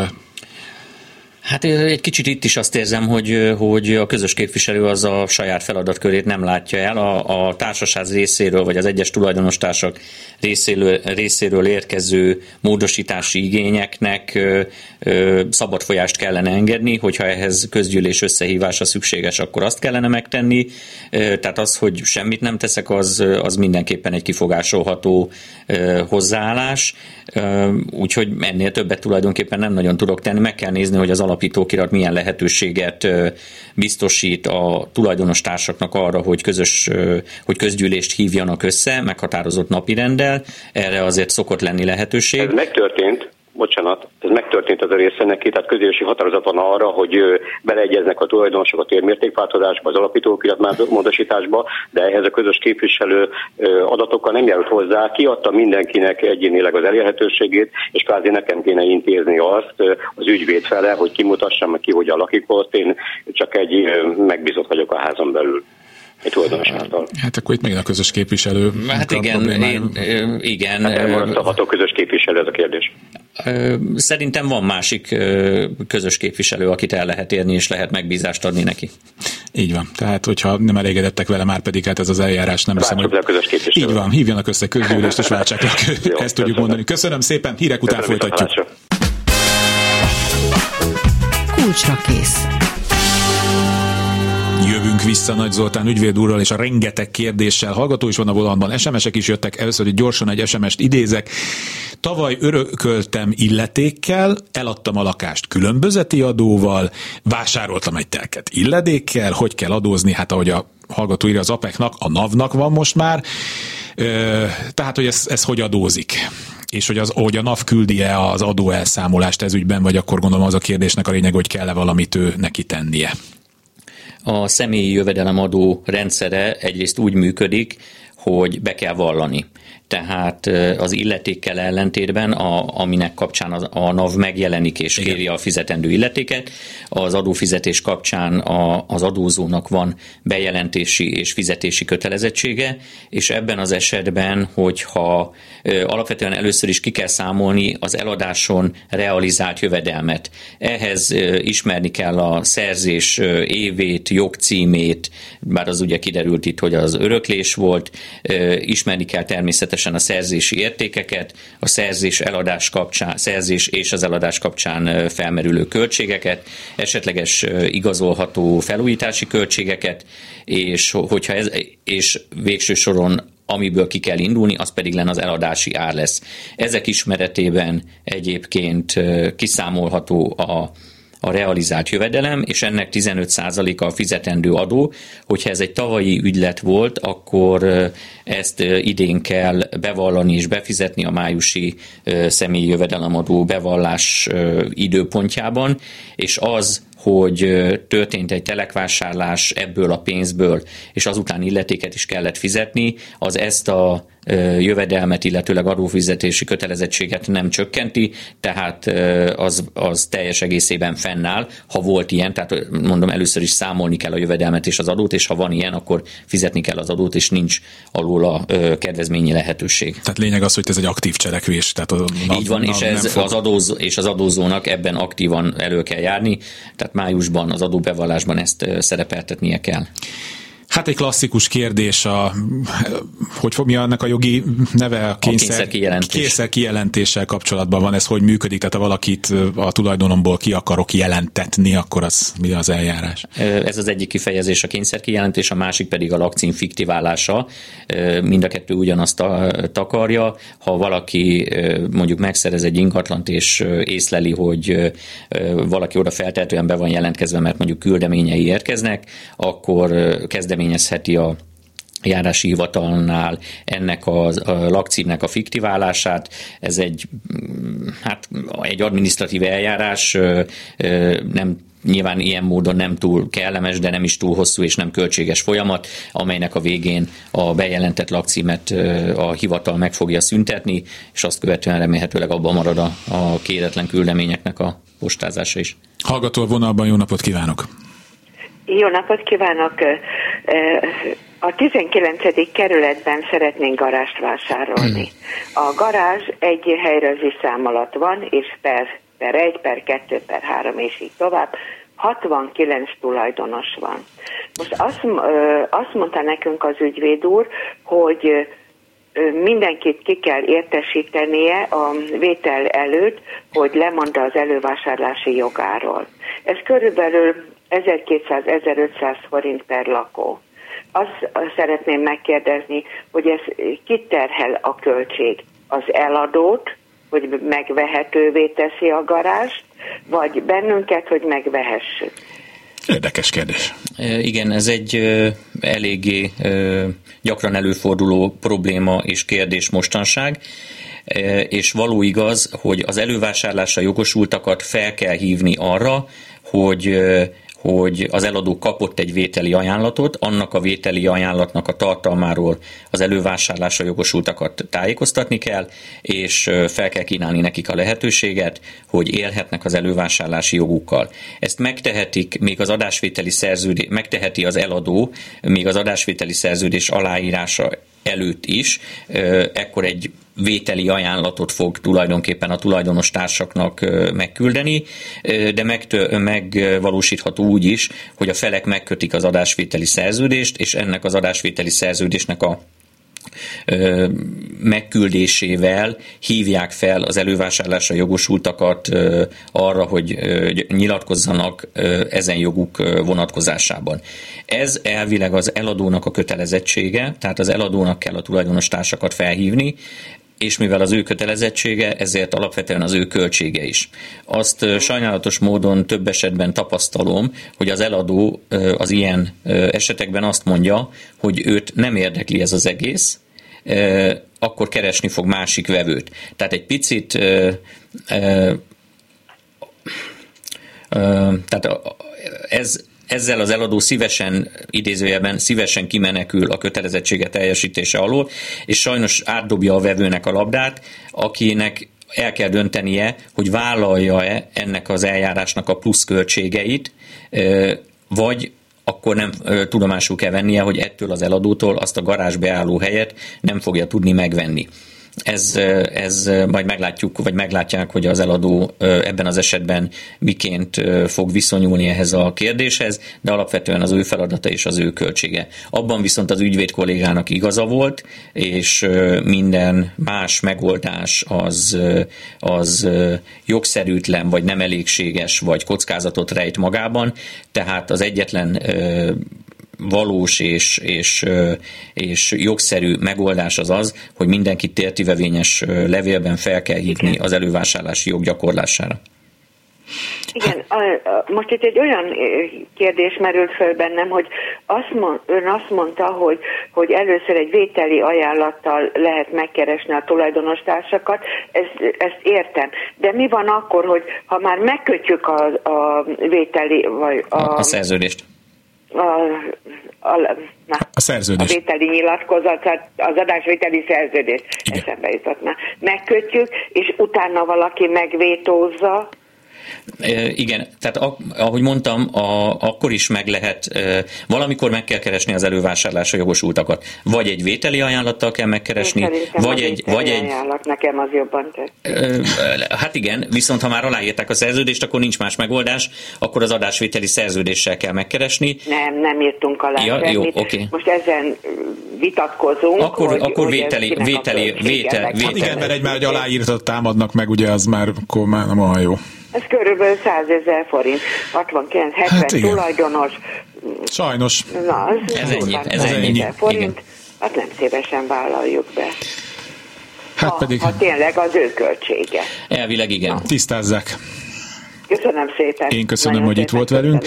Hát egy kicsit itt is azt érzem, hogy, hogy a közös képviselő az a saját feladatkörét nem látja el. A, a társaság részéről, vagy az egyes tulajdonos-társak részéről, részéről érkező módosítási igényeknek ö, ö, szabad folyást kellene engedni, hogyha ehhez közgyűlés összehívása szükséges, akkor azt kellene megtenni. Ö, tehát az, hogy semmit nem teszek, az, az mindenképpen egy kifogásolható ö, hozzáállás. Ö, úgyhogy ennél többet tulajdonképpen nem nagyon tudok tenni. Meg kell nézni, hogy az alapítókirat milyen lehetőséget biztosít a tulajdonos társaknak arra, hogy, közös, hogy közgyűlést hívjanak össze, meghatározott napirenddel. Erre azért szokott lenni lehetőség. Ez megtörtént. bocsánat, ez megtörtént az a része neki, tehát közösségi határozat van arra, hogy beleegyeznek a tulajdonosok a térmértékváltozásba, az alapítóokirat módosításba, de ehhez a közös képviselő adatokkal nem járult hozzá, kiadta mindenkinek egyénileg az elérhetőségét, és kvázi nekem kéne intézni azt az ügyvéd fele, hogy kimutassam meg ki, hogyan lakik ott, én csak egy megbízott vagyok a házon belül. Hát akkor itt megint a közös képviselő. Hát igen, én, igen. Hát elmaradható közös képviselő, ez a kérdés. Szerintem van másik közös képviselő, akit el lehet érni, és lehet megbízást adni neki. Így van. Tehát, hogyha nem elégedettek vele, már pedig hát ez az eljárás nem hiszem, hogy... Így van, hívjanak össze közgyűlést, és váltsák le. Ezt tudjuk köszönöm. mondani. Köszönöm szépen, hírek után köszönöm, folytatjuk. Kulcsra kész. Jövünk vissza Nagy Zoltán ügyvéd úrral, és a rengeteg kérdéssel. Hallgató is van a vonalban, es em esek is jöttek, először gyorsan egy es em est idézek. Tavaly örököltem illetékkel, eladtam a lakást különbözeti adóval, vásároltam egy telket illedékkel, hogy kell adózni, hát ahogy a hallgató írja, az á pé e-knak, a NAV-nak van most már, tehát hogy ez, ez hogy adózik. És hogy, az, hogy a NAV küldi-e az adóelszámolást ez ügyben, vagy akkor gondolom az a kérdésnek a lényeg, hogy kell-e valamit ő neki tennie. A személyi jövedelemadó rendszere egyrészt úgy működik, hogy be kell vallani. Tehát az illetékkel ellentétben, a, aminek kapcsán az, a NAV megjelenik és kéri Igen. a fizetendő illetéket, az adófizetés kapcsán a, az adózónak van bejelentési és fizetési kötelezettsége, és ebben az esetben, hogyha ö, alapvetően először is ki kell számolni az eladáson realizált jövedelmet. Ehhez ö, ismerni kell a szerzés ö, évét, jogcímét, bár az ugye kiderült itt, hogy az öröklés volt, ö, ismerni kell természetesen a szerzési értékeket, a szerzés, eladás kapcsán, szerzés és az eladás kapcsán felmerülő költségeket, esetleges igazolható felújítási költségeket, és hogyha ez, és végső soron amiből ki kell indulni, az pedig lenne az eladási ár lesz. Ezek ismeretében egyébként kiszámolható a a realizált jövedelem, és ennek tizenöt százaléka a fizetendő adó. Hogyha ez egy tavalyi ügylet volt, akkor ezt idén kell bevallani és befizetni a májusi személyi jövedelemadó bevallás időpontjában, és az, hogy történt egy telekvásárlás ebből a pénzből, és azután illetéket is kellett fizetni, az ezt a jövedelmet, illetőleg adófizetési kötelezettséget nem csökkenti, tehát az, az teljes egészében fennáll, ha volt ilyen, tehát mondom, először is számolni kell a jövedelmet és az adót, és ha van ilyen, akkor fizetni kell az adót, és nincs alul a kedvezményi lehetőség. Tehát lényeg az, hogy ez egy aktív cselekvés. Tehát a NAV, Így van, és, ez fog... az adóz, és az adózónak ebben aktívan elő kell járni, tehát májusban az adóbevallásban ezt szerepeltetnie kell. Hát egy klasszikus kérdés, a, hogy mi annak a jogi neve? A kényszer, a kényszer kijelentés. Kényszer kijelentéssel kapcsolatban van, ez hogy működik? Tehát ha valakit a tulajdonomból ki akarok jelentetni, akkor az mi az eljárás? Ez az egyik kifejezés a kényszer kijelentés, a másik pedig a lakcím fiktiválása. Mind a kettő ugyanazt takarja. Ha valaki mondjuk megszerez egy ingatlant és észleli, hogy valaki oda feltehetően be van jelentkezve, mert mondjuk küldeményei érkeznek, akkor kezdeményezheti a járási hivatalnál ennek a, a lakcímnek a fiktiválását. Ez egy, hát egy adminisztratív eljárás, nem nyilván ilyen módon nem túl kellemes, de nem is túl hosszú és nem költséges folyamat, amelynek a végén a bejelentett lakcímet a hivatal meg fogja szüntetni, és azt követően remélhetőleg abban marad a, a kéretlen küldeményeknek a postázása is. Hallgató a vonalban, jó napot kívánok! Jó napot kívánok! A tizenkilencedik kerületben szeretnénk garást vásárolni. A garázs egy helyrajzi szám alatt van, és per, per egy, per kettő, per három, és így tovább. hatvankilenc tulajdonos van. Most azt, azt mondta nekünk az ügyvéd úr, hogy mindenkit ki kell értesítenie a vétel előtt, hogy lemond az elővásárlási jogáról. Ez körülbelül ezerkétszáz-ezerötszáz forint per lakó. Azt szeretném megkérdezni, hogy ez kit terhel a költség? Az eladót, hogy megvehetővé teszi a garást, vagy bennünket, hogy megvehessük? Érdekes kérdés. Igen, ez egy eléggé gyakran előforduló probléma és kérdés mostanság, és való igaz, hogy az elővásárlásra jogosultakat fel kell hívni arra, hogy hogy az eladó kapott egy vételi ajánlatot, annak a vételi ajánlatnak a tartalmáról az elővásárlásra jogosultakat tájékoztatni kell, és fel kell kínálni nekik a lehetőséget, hogy élhetnek az elővásárlási jogukkal. Ezt megtehetik még az adásvételi szerződés, megteheti az eladó még az adásvételi szerződés aláírása előtt is, ekkor egy vételi ajánlatot fog tulajdonképpen a tulajdonos társaknak megküldeni, de megvalósítható úgy is, hogy a felek megkötik az adásvételi szerződést, és ennek az adásvételi szerződésnek a megküldésével hívják fel az elővásárlásra jogosultakat arra, hogy nyilatkozzanak ezen joguk vonatkozásában. Ez elvileg az eladónak a kötelezettsége, tehát az eladónak kell a tulajdonos társakat felhívni, és mivel az ő kötelezettsége, ezért alapvetően az ő költsége is. Azt sajnálatos módon több esetben tapasztalom, hogy az eladó az ilyen esetekben azt mondja, hogy őt nem érdekli ez az egész, akkor keresni fog másik vevőt. Tehát egy picit tehát ez ezzel az eladó szívesen, idézőjelben szívesen kimenekül a kötelezettsége teljesítése alól, és sajnos átdobja a vevőnek a labdát, akinek el kell döntenie, hogy vállalja-e ennek az eljárásnak a plusz költségeit, vagy akkor nem tudomásul kell vennie, hogy ettől az eladótól azt a garázsbeálló helyet nem fogja tudni megvenni. Ez, ez majd meglátjuk, vagy meglátják, hogy az eladó ebben az esetben miként fog viszonyulni ehhez a kérdéshez, de alapvetően az ő feladata és az ő költsége. Abban viszont az ügyvéd kollégának igaza volt, és minden más megoldás az, az jogszerűtlen, vagy nem elégséges, vagy kockázatot rejt magában, tehát az egyetlen valós és, és, és jogszerű megoldás az az, hogy mindenkit tértivevényes levélben fel kell hívni Igen. az elővásárlási jog gyakorlására. Igen, a, a, most itt egy olyan kérdés merült föl bennem, hogy azt mond, ön azt mondta, hogy, hogy először egy vételi ajánlattal lehet megkeresni a tulajdonostársakat, ezt, ezt értem. De mi van akkor, hogy ha már megkötjük a, a vételi, vagy a, a, a szerződést? A, a, na, a szerződés. A vételi nyilatkozatot, az adásvételi szerződést, eszembe jutott már. Megkötjük, és utána valaki megvétózza. Igen, tehát ahogy mondtam, a, akkor is meg lehet, valamikor meg kell keresni az elővásárlásra jogosultakat. Vagy egy vételi ajánlattal kell megkeresni, vagy egy... vagy egy ajánlat nekem az jobban tett. Hát igen, viszont ha már aláírták a szerződést, akkor nincs más megoldás, akkor az adásvételi szerződéssel kell megkeresni. Nem, nem írtunk alá ja, semmit. Jó, okay. Most ezen vitatkozunk. Akkor, hogy, akkor hogy vételi, vételi, vételi, vételi. Hát igen, mert egy már egy aláírtat támadnak meg, ugye az már, akkor már nem olyan jó. Ez körülbelül százezer forint, hatvankilenc hetven hát tulajdonos. Sajnos. Na, az ez ennyi, ez ennyi. forint, igen. Hát nem szívesen vállaljuk be. Hát ha, pedig... ha tényleg az ő költsége. Elvileg igen. Na. Tisztázzák. Köszönöm szépen. Én köszönöm, nagyon hogy itt volt velünk.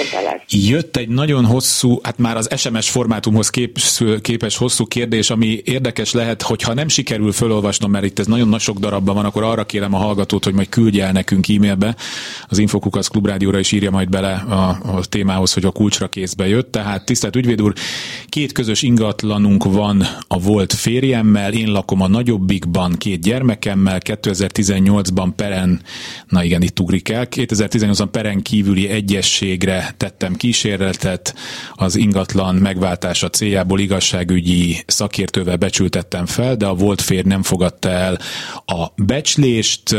Jött egy nagyon hosszú, hát már az es em es formátumhoz képes, képes hosszú kérdés, ami érdekes lehet, hogyha nem sikerül felolvasnom, mert itt ez nagyon sok darabban van, akkor arra kérem a hallgatót, hogy majd küldje el nekünk e-mailbe. Az Infokukac Klubrádióra is írja majd bele a, a témához, hogy a kulcsra kézbe jött. Tehát tisztelt ügyvéd úr, két közös ingatlanunk van a volt férjemmel, én lakom a nagyobbikban két gyermekemmel, kétezer-tizennyolcban peren, na igen, itt ugrik el, kétezer-tizennyolcban peren kívüli egyezségre tettem kísérletet, az ingatlan megváltása céljából igazságügyi szakértővel becsültettem fel, de a volt férj nem fogadta el a becslést,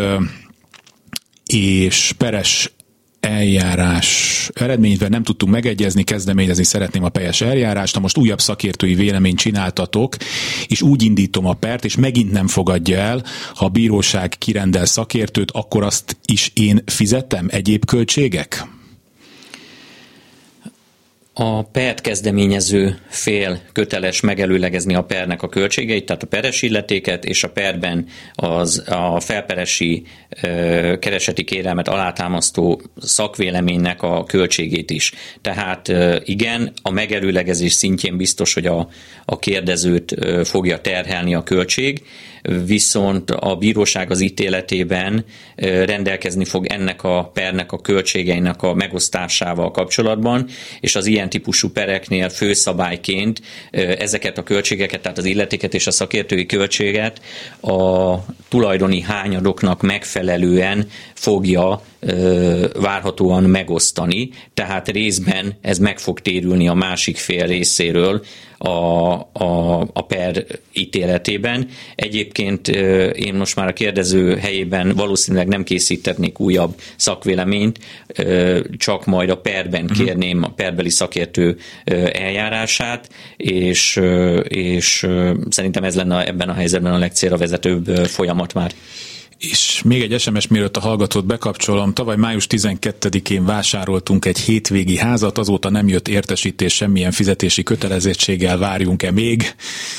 és peres eljárás eredményben nem tudtunk megegyezni, kezdeményezni szeretném a peres eljárást, ha most újabb szakértői véleményt csináltatok, és úgy indítom a pert, és megint nem fogadja el, ha a bíróság kirendel szakértőt, akkor azt is én fizettem? Egyéb költségek? A pert kezdeményező fél köteles megelőlegezni a pernek a költségeit, tehát a peres illetéket, és a perben az a felperesi ö, kereseti kérelmet alátámasztó szakvéleménynek a költségét is. Tehát ö, igen, a megelőlegezés szintjén biztos, hogy a, a kérdezőt ö, fogja terhelni a költség, viszont a bíróság az ítéletében rendelkezni fog ennek a pernek a költségeinek a megosztásával kapcsolatban, és az ilyen típusú pereknél főszabályként ezeket a költségeket, tehát az illetéket és a szakértői költséget a tulajdoni hányadoknak megfelelően fogja várhatóan megosztani, tehát részben ez meg fog térülni a másik fél részéről a, a, a per ítéletében. Egyébként én most már a kérdező helyében valószínűleg nem készítetnék újabb szakvéleményt, csak majd a perben kérném a perbeli szakértő eljárását, és, és szerintem ez lenne ebben a helyzetben a legcélra vezetőbb folyamat már. És még egy es em es, mielőtt a hallgatót bekapcsolom. Tavaly május tizenkettedikén vásároltunk egy hétvégi házat, azóta nem jött értesítés, semmilyen fizetési kötelezettséggel, várjunk-e még?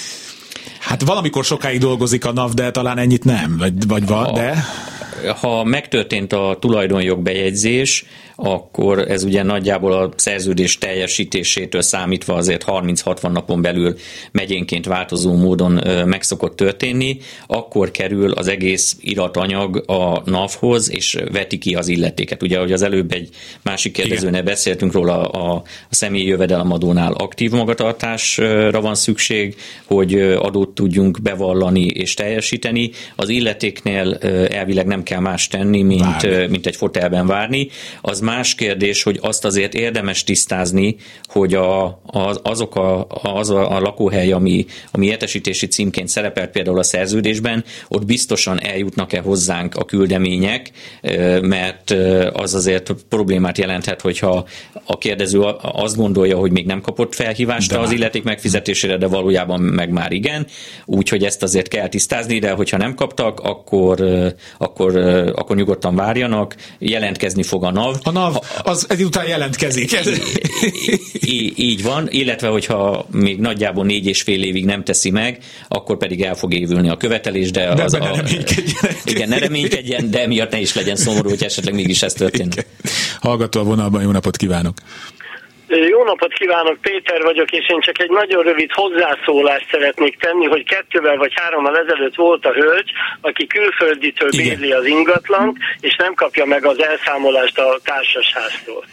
Hát valamikor sokáig dolgozik a NAV, de talán ennyit nem, vagy, vagy van, de... Ha megtörtént a tulajdonjogbejegyzés, akkor ez ugye nagyjából a szerződés teljesítésétől számítva azért harminc-hatvan napon belül megyénként változó módon meg szokott történni, akkor kerül az egész iratanyag a NAV-hoz, és veti ki az illetéket. Ugye, ahogy az előbb egy másik kérdezőnél beszéltünk róla, a, a személyi jövedelemadónál aktív magatartásra van szükség, hogy adót tudjunk bevallani és teljesíteni. Az illetéknél elvileg nem kell más tenni, mint, mint egy fotelben várni. Az más kérdés, hogy azt azért érdemes tisztázni, hogy a, az, azok a, az a, a lakóhely, ami, ami értesítési címként szerepelt például a szerződésben, ott biztosan eljutnak-e hozzánk a küldemények, mert az azért problémát jelenthet, hogyha a kérdező azt gondolja, hogy még nem kapott felhívást de az illeték megfizetésére, de valójában meg már igen, úgyhogy ezt azért kell tisztázni, de hogyha nem kaptak, akkor, akkor, akkor nyugodtan várjanak, jelentkezni fog a NAV. A NAV az ezután jelentkezik. Így, így van, illetve hogyha még nagyjából négy és fél évig nem teszi meg, akkor pedig el fog évülni a követelés, de, de az ne a... reménykedjen. Igen, ne reménykedjen, de miatt ne is legyen szomorú, hogy esetleg mégis ez történik. Hallgató a vonalban, jó napot kívánok! Jó napot kívánok, Péter vagyok, és én csak egy nagyon rövid hozzászólást szeretnék tenni, hogy kettővel vagy hárommal ezelőtt volt a hölgy, aki külfölditől bérli az ingatlant, és nem kapja meg az elszámolást a társasháztól.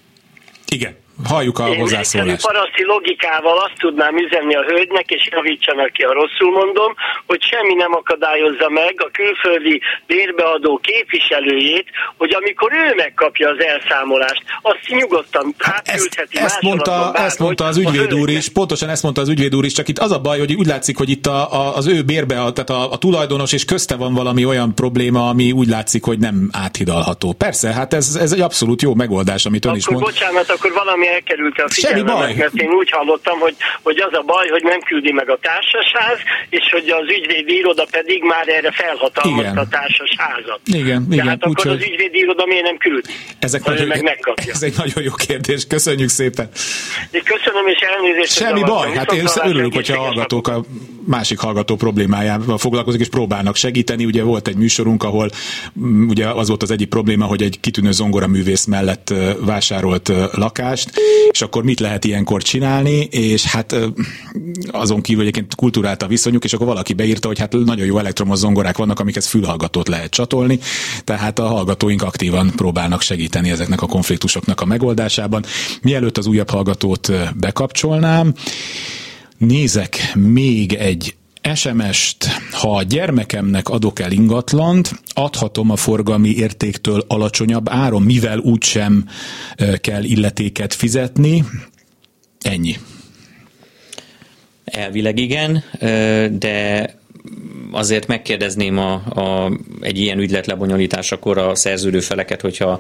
Igen. Halljuk a Én hozzászólást. paraszti logikával azt tudnám üzenni a hölgynek, és javítsanak ki, ha rosszul mondom, hogy semmi nem akadályozza meg a külföldi bérbeadó képviselőjét, hogy amikor ő megkapja az elszámolást, azt nyugodtan hát átküldheti ezt, ezt mondta, bárhogy, ezt mondta az ügyvéd úr is, pontosan ezt mondta az ügyvéd úr is, csak itt az a baj, hogy úgy látszik, hogy itt a, a, az ő bérbeadó, tehát a, a tulajdonos és közte van valami olyan probléma, ami úgy látszik, hogy nem áthidalható. Persze, hát ez, ez egy abszolút jó megoldás, amit ön akkor is mond. Bocsánat, akkor valami elkerülte a figyelmemet, mert én úgy hallottam, hogy, hogy az a baj, hogy nem küldi meg a társasház, és hogy az ügyvédi iroda pedig már erre felhatalmazta a társasházat. Igen, igen. Tehát akkor úgy, az ügyvédi iroda miért nem küldi? Ezek nagyon, meg megkapja. Ez egy nagyon jó kérdés, köszönjük szépen. Én köszönöm, és elnézést. Semmi baj, hát én örülök, hogyha a hallgatók a másik hallgató problémájával foglalkozik, és próbálnak segíteni. Ugye volt egy műsorunk, ahol ugye az volt az egyik probléma, hogy egy kitűnő zongoraművész mellett vásárolt lakást, és akkor mit lehet ilyenkor csinálni, és hát azon kívül egyébként kultúrált a viszonyuk, és akkor valaki beírta, hogy hát nagyon jó elektromos zongorák vannak, amikhez fülhallgatót lehet csatolni, tehát a hallgatóink aktívan próbálnak segíteni ezeknek a konfliktusoknak a megoldásában. Mielőtt az újabb hallgatót bekapcsolnám, nézek még egy es em est, ha a gyermekemnek adok el ingatlant, adhatom a forgalmi értéktől alacsonyabb áron, mivel úgysem kell illetéket fizetni. Ennyi. Elvileg igen, de azért megkérdezném a, a egy ilyen ügylet lebonyolításakor a szerződő feleket, hogyha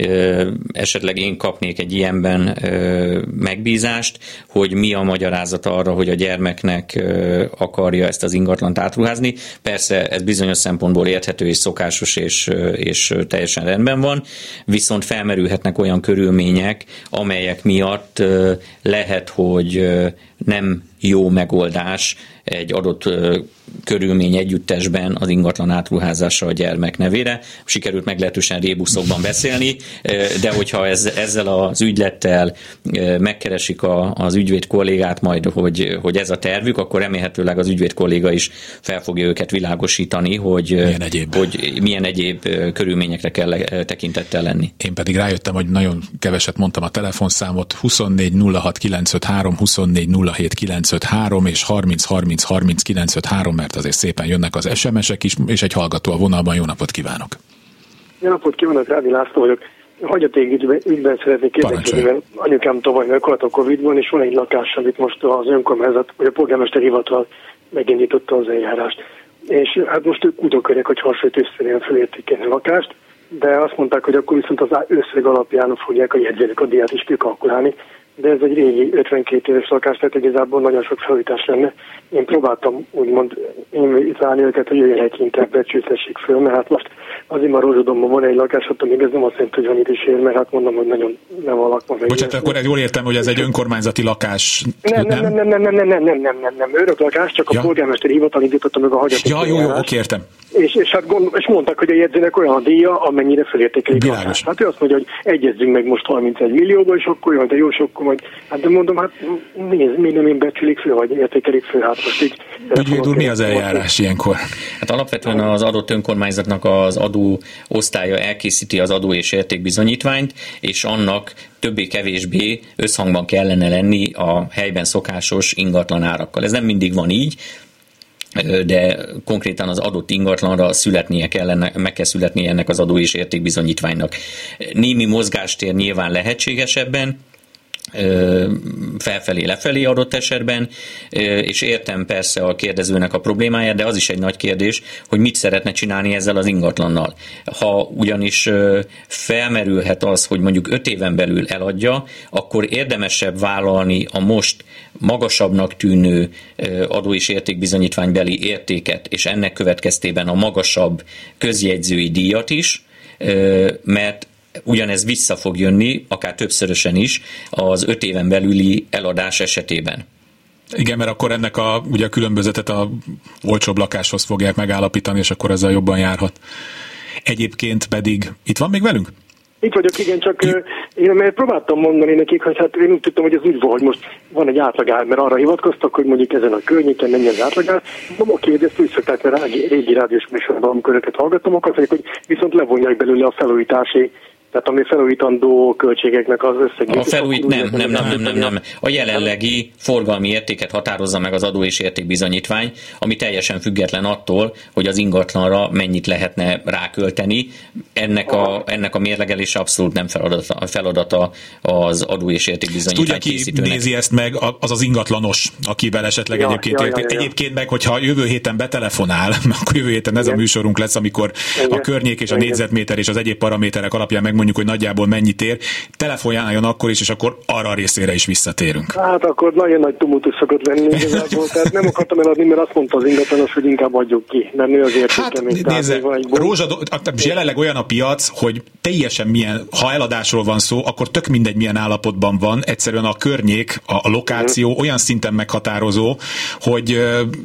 esetleg én kapnék egy ilyenben megbízást, hogy mi a magyarázat arra, hogy a gyermeknek akarja ezt az ingatlant átruházni. Persze ez bizonyos szempontból érthető és szokásos és, és teljesen rendben van, viszont felmerülhetnek olyan körülmények, amelyek miatt lehet, hogy nem jó megoldás egy adott körülmény együttesben az ingatlan átruházása a gyermek nevére. Sikerült meglehetősen rébuszokban beszélni, de hogyha ez, ezzel az ügylettel megkeresik a, az ügyvéd kollégát majd, hogy, hogy ez a tervük, akkor remélhetőleg az ügyvéd kolléga is fel fogja őket világosítani, hogy milyen egyéb, hogy milyen egyéb körülményekre kell tekintettel lenni. Én pedig rájöttem, hogy nagyon keveset mondtam a telefonszámot, huszonnégy nulla hat kilencszázötvenhárom, huszonnégy nulla hét kilencszázötvenhárom és harminc harminc harminc kilencszázötvenhárom, mert azért szépen jönnek az es em esek is, és egy hallgató a vonalban. Jó napot kívánok! Jó napot kívánok, Rádi László vagyok. Hagyatékügyben ügyben szeretnék kérdezni, mert anyukám tavaly meghalt a Covid-ban, és van egy lakás, amit most az önkormányzat, vagy a polgármester hivatal megindította az eljárást. És hát most ők úgy akarják, hogy hasonlítőszerűen felértékelni a lakást, de azt mondták, hogy akkor viszont az összeg alapján fogják a jegyzők a díját is kikalkulálni. De ez egy régi ötvenkét éves lakás, tehát igazából nagyon sok felújítás lenne. Én próbáltam úgymond invitálni őket, hogy jöjjenek inkább becsültessék föl, mert hát most azért már Rózsadomban van egy lakás, ott még ez nem azt jelenti, hogy van itt is ér, mert hát mondom, hogy nagyon nem a lakma. Bocsánat, akkor jól értem, hogy ez egy önkormányzati lakás. Nem, nem, nem, nem, nem, nem, nem, nem, nem, nem, nem, nem, örök lakás, csak ja. A polgármester hivatal indította meg a hagyaték. Ja, jó, jó, oké, értem. És, és, hát gond, és mondták, hogy a jegyzőnek olyan a díja, amennyire felértékelik a lakást. Hát ő azt mondja, hogy egyezzünk meg most harmincegy millióba, és akkor jön, de jó, sokkal majd. Hát de mondom, hát nézd, mi nem én becsülik föl, vagy értékelik föl, hát most így... Ügyvéd úr, mi az eljárás ilyenkor? Hát alapvetően az adott önkormányzatnak az adó osztálya elkészíti az adó és értékbizonyítványt, és annak többé-kevésbé összhangban kellene lenni a helyben szokásos ingatlan árakkal. Ez nem mindig van így, de konkrétan az adott ingatlanra születnie kellene, meg kell születnie ennek az adó és értékbizonyítványnak. Némi mozgástér nyilván lehetséges ebben, felfelé, lefelé adott esetben, és értem persze a kérdezőnek a problémáját, de az is egy nagy kérdés, hogy mit szeretne csinálni ezzel az ingatlannal. Ha ugyanis felmerülhet az, hogy mondjuk öt éven belül eladja, akkor érdemesebb vállalni a most magasabbnak tűnő adó- és értékbizonyítványbeli értéket, és ennek következtében a magasabb közjegyzői díjat is, mert ugyanez vissza fog jönni, akár többszörösen is, az öt éven belüli eladás esetében. Igen, mert akkor ennek a, ugye a különbözetet a olcsóbb lakáshoz fogják megállapítani, és akkor ezzel jobban járhat. Egyébként pedig itt van még velünk? Itt vagyok, igen, csak uh, én mert próbáltam mondani nekik, hogy hát én úgy tudtam, hogy ez úgy van, hogy most van egy átlagár, mert arra hivatkoztak, hogy mondjuk ezen a környéken mennyi az átlagár. Mondom, oké, de ezt úgy szokták, mert régi rádiós műsorban, amikor őket hallgatom, akkor mondják, hogy viszont levonják belőle a felújítási, tehát ami felújítandó költségeknek az összegét. A felújít nem, nem, nem, nem, nem, nem. A jelenlegi forgalmi értéket határozza meg az adó- és értékbizonyítvány, ami teljesen független attól, hogy az ingatlanra mennyit lehetne rákölteni. Ennek a, ennek a mérlegelése abszolút nem feladata, feladata az adó- és értékbizonyítvány készítőnek. Tudja, ki nézi ezt meg, az az ingatlanos, akivel esetleg ja, egyébként ja, ja, ja. Egyébként meg, hogyha jövő héten betelefonál, akkor jövő héten ez igen. A műsorunk lesz, amikor igen. A környék és a négyzetméter és az egyéb paraméterek alapján meg mondjuk, hogy nagyjából mennyit ér, telefonáljon akkor is, és akkor arra a részére is visszatérünk. Hát akkor nagyon nagy tumultus szokott lenni igazából, tehát nem akartam eladni, mert azt mondta az ingatlanos, hogy inkább adjuk ki, mert nő az értékemény. Hát nézze, Rózsadó, jelenleg olyan a piac, hogy teljesen milyen, ha eladásról van szó, akkor tök mindegy milyen állapotban van, egyszerűen a környék, a, a lokáció olyan szinten meghatározó, hogy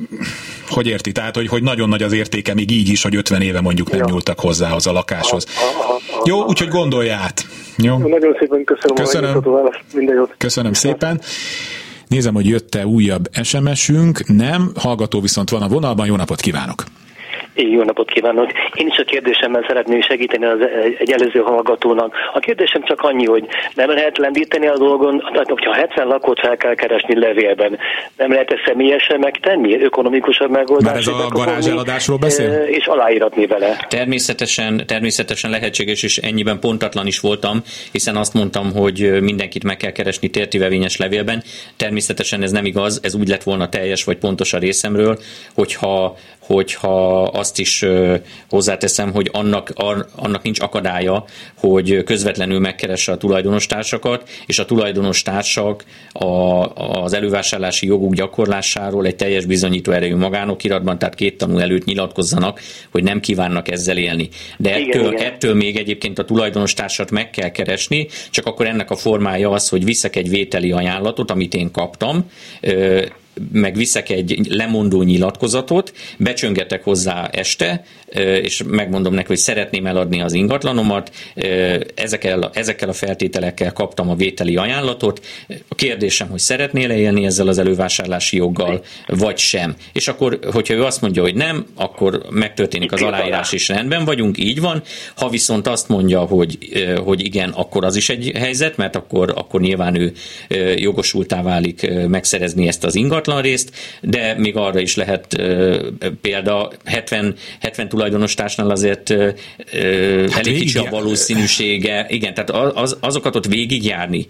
hogy érti, tehát hogy, hogy nagyon nagy az értéke még így is, hogy ötven éve mondjuk nem ja. nyúltak hozzához a lakáshoz. Aha, aha, aha. Jó, úgyhogy gondolj át. Jó? Jó, nagyon szépen köszönöm. Köszönöm. A választ. Minden jót. Köszönöm szépen. Nézem, hogy jött-e újabb es em esünk. Nem, hallgató viszont van a vonalban. Jó napot kívánok! Jó napot kívánok! Én is a kérdésemmel szeretném segíteni az egy előző hallgatónak. A kérdésem csak annyi, hogy nem lehet lendíteni a dolgon, hogyha hetven lakót fel kell keresni levélben, nem lehet ezt személyesen megtenni? Ökonomikusabb megoldás? Már ez a garázs eladásról beszél? És aláíratni vele. Természetesen, természetesen lehetséges, és ennyiben pontatlan is voltam, hiszen azt mondtam, hogy mindenkit meg kell keresni tértivevényes levélben. Természetesen ez nem igaz, ez úgy lett volna teljes vagy pontos a részemről, hogyha hogyha azt is hozzáteszem, hogy annak, annak nincs akadálya, hogy közvetlenül megkeresse a tulajdonostársakat, és a tulajdonostársak a, az elővásárlási joguk gyakorlásáról egy teljes bizonyító erejű magánokiratban, tehát két tanú előtt nyilatkozzanak, hogy nem kívánnak ezzel élni. De ettől, igen, ettől még egyébként a tulajdonostársat meg kell keresni, csak akkor ennek a formája az, hogy viszek egy vételi ajánlatot, amit én kaptam, meg viszek egy lemondó nyilatkozatot, becsöngetek hozzá este, és megmondom neki, hogy szeretném eladni az ingatlanomat, ezekkel, ezekkel a feltételekkel kaptam a vételi ajánlatot, a kérdésem, hogy szeretnél-e élni ezzel az elővásárlási joggal, vagy sem. És akkor, hogyha ő azt mondja, hogy nem, akkor megtörténik az aláírás, és rendben vagyunk, így van. Ha viszont azt mondja, hogy, hogy igen, akkor az is egy helyzet, mert akkor, akkor nyilván ő jogosultá válik megszerezni ezt az ingatlan részt, de még arra is lehet példa, hetven, hetven tulajdonostársnál azért hát elég kicsi a valószínűsége. Igen, tehát az, azokat ott végigjárni,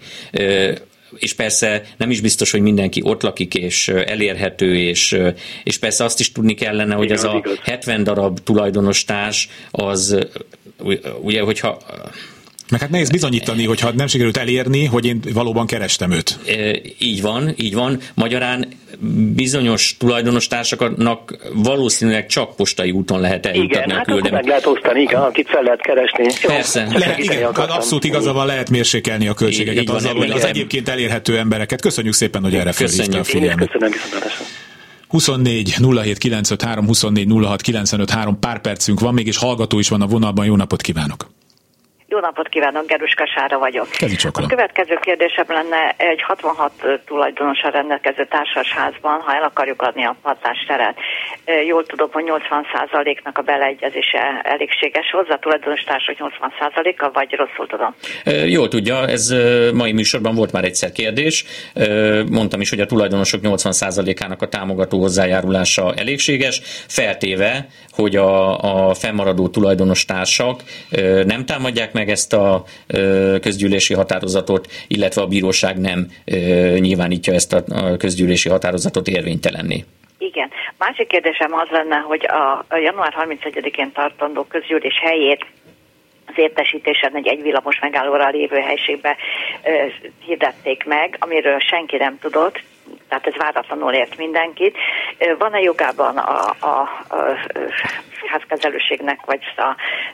és persze nem is biztos, hogy mindenki ott lakik, és elérhető, és, és persze azt is tudni kellene, hogy az a hetven darab tulajdonostárs, az ugye, hogyha meg hát nehéz bizonyítani, hogyha nem sikerült elérni, hogy én valóban kerestem őt. E, így van, így van. Magyarán bizonyos tulajdonostársaknak valószínűleg csak postai úton lehet eljutatni. Igen, hát akkor meg lehet osztani, igen, akit fel lehet keresni. Persze. Lehet, igen, abszolút igaza van, lehet mérsékelni a költségeket így, így azzal, hogy az egyébként elérhető embereket. Köszönjük szépen, hogy erre felhívta a figyelmet. Köszönöm, viszontlátásra. huszonnégy nulla hét kilencszázötvenhárom, huszonnégy nulla hat kilencszázötvenhárom, pár percünk van még, és hallgató is van a vonalban. Jó napot kívánok! Jó napot kívánok, Geruska Sára vagyok. A következő kérdésem lenne, egy hatvanhat tulajdonossal rendelkező társasházban, ha el akarjuk adni a padlásteret, jól tudom, hogy nyolcvan százaléknak a beleegyezése elégséges hozzá, a tulajdonostársak nyolcvan százaléka, vagy rosszul tudom? Jól tudja, ez mai műsorban volt már egyszer kérdés. Mondtam is, hogy a tulajdonosok nyolcvan százalékának a támogató hozzájárulása elégséges, feltéve, hogy a, a fennmaradó tulajdonos-társak nem támadják meg ezt a közgyűlési határozatot, illetve a bíróság nem nyilvánítja ezt a közgyűlési határozatot érvénytelenné. Igen. Másik kérdésem az lenne, hogy a január harmincegyedikén tartandó közgyűlés helyét az értesítésen egy egyvillamos megállóra lévő helységbe hirdették meg, amiről senki nem tudott, tehát ez váratlanul ért mindenkit. Van-e jogában a, a, a házkezelőségnek, vagy a,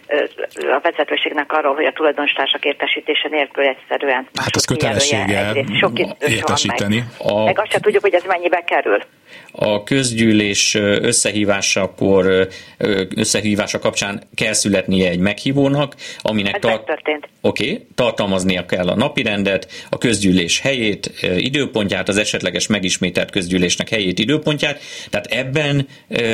a vezetőségnek arról, hogy a tulajdoностársak értesítése nélkül egyszerűen... Hát az kötelessége értesíteni. Meg, a... meg azt sem tudjuk, hogy ez mennyibe kerül. A közgyűlés összehívásakor, összehívása kapcsán kell születnie egy meghívónak, aminek tart... Oké, okay, tartalmaznia kell a napirendet, a közgyűlés helyét, időpontját, az esetleges megismételt közgyűlésnek helyét, időpontját. Tehát ebben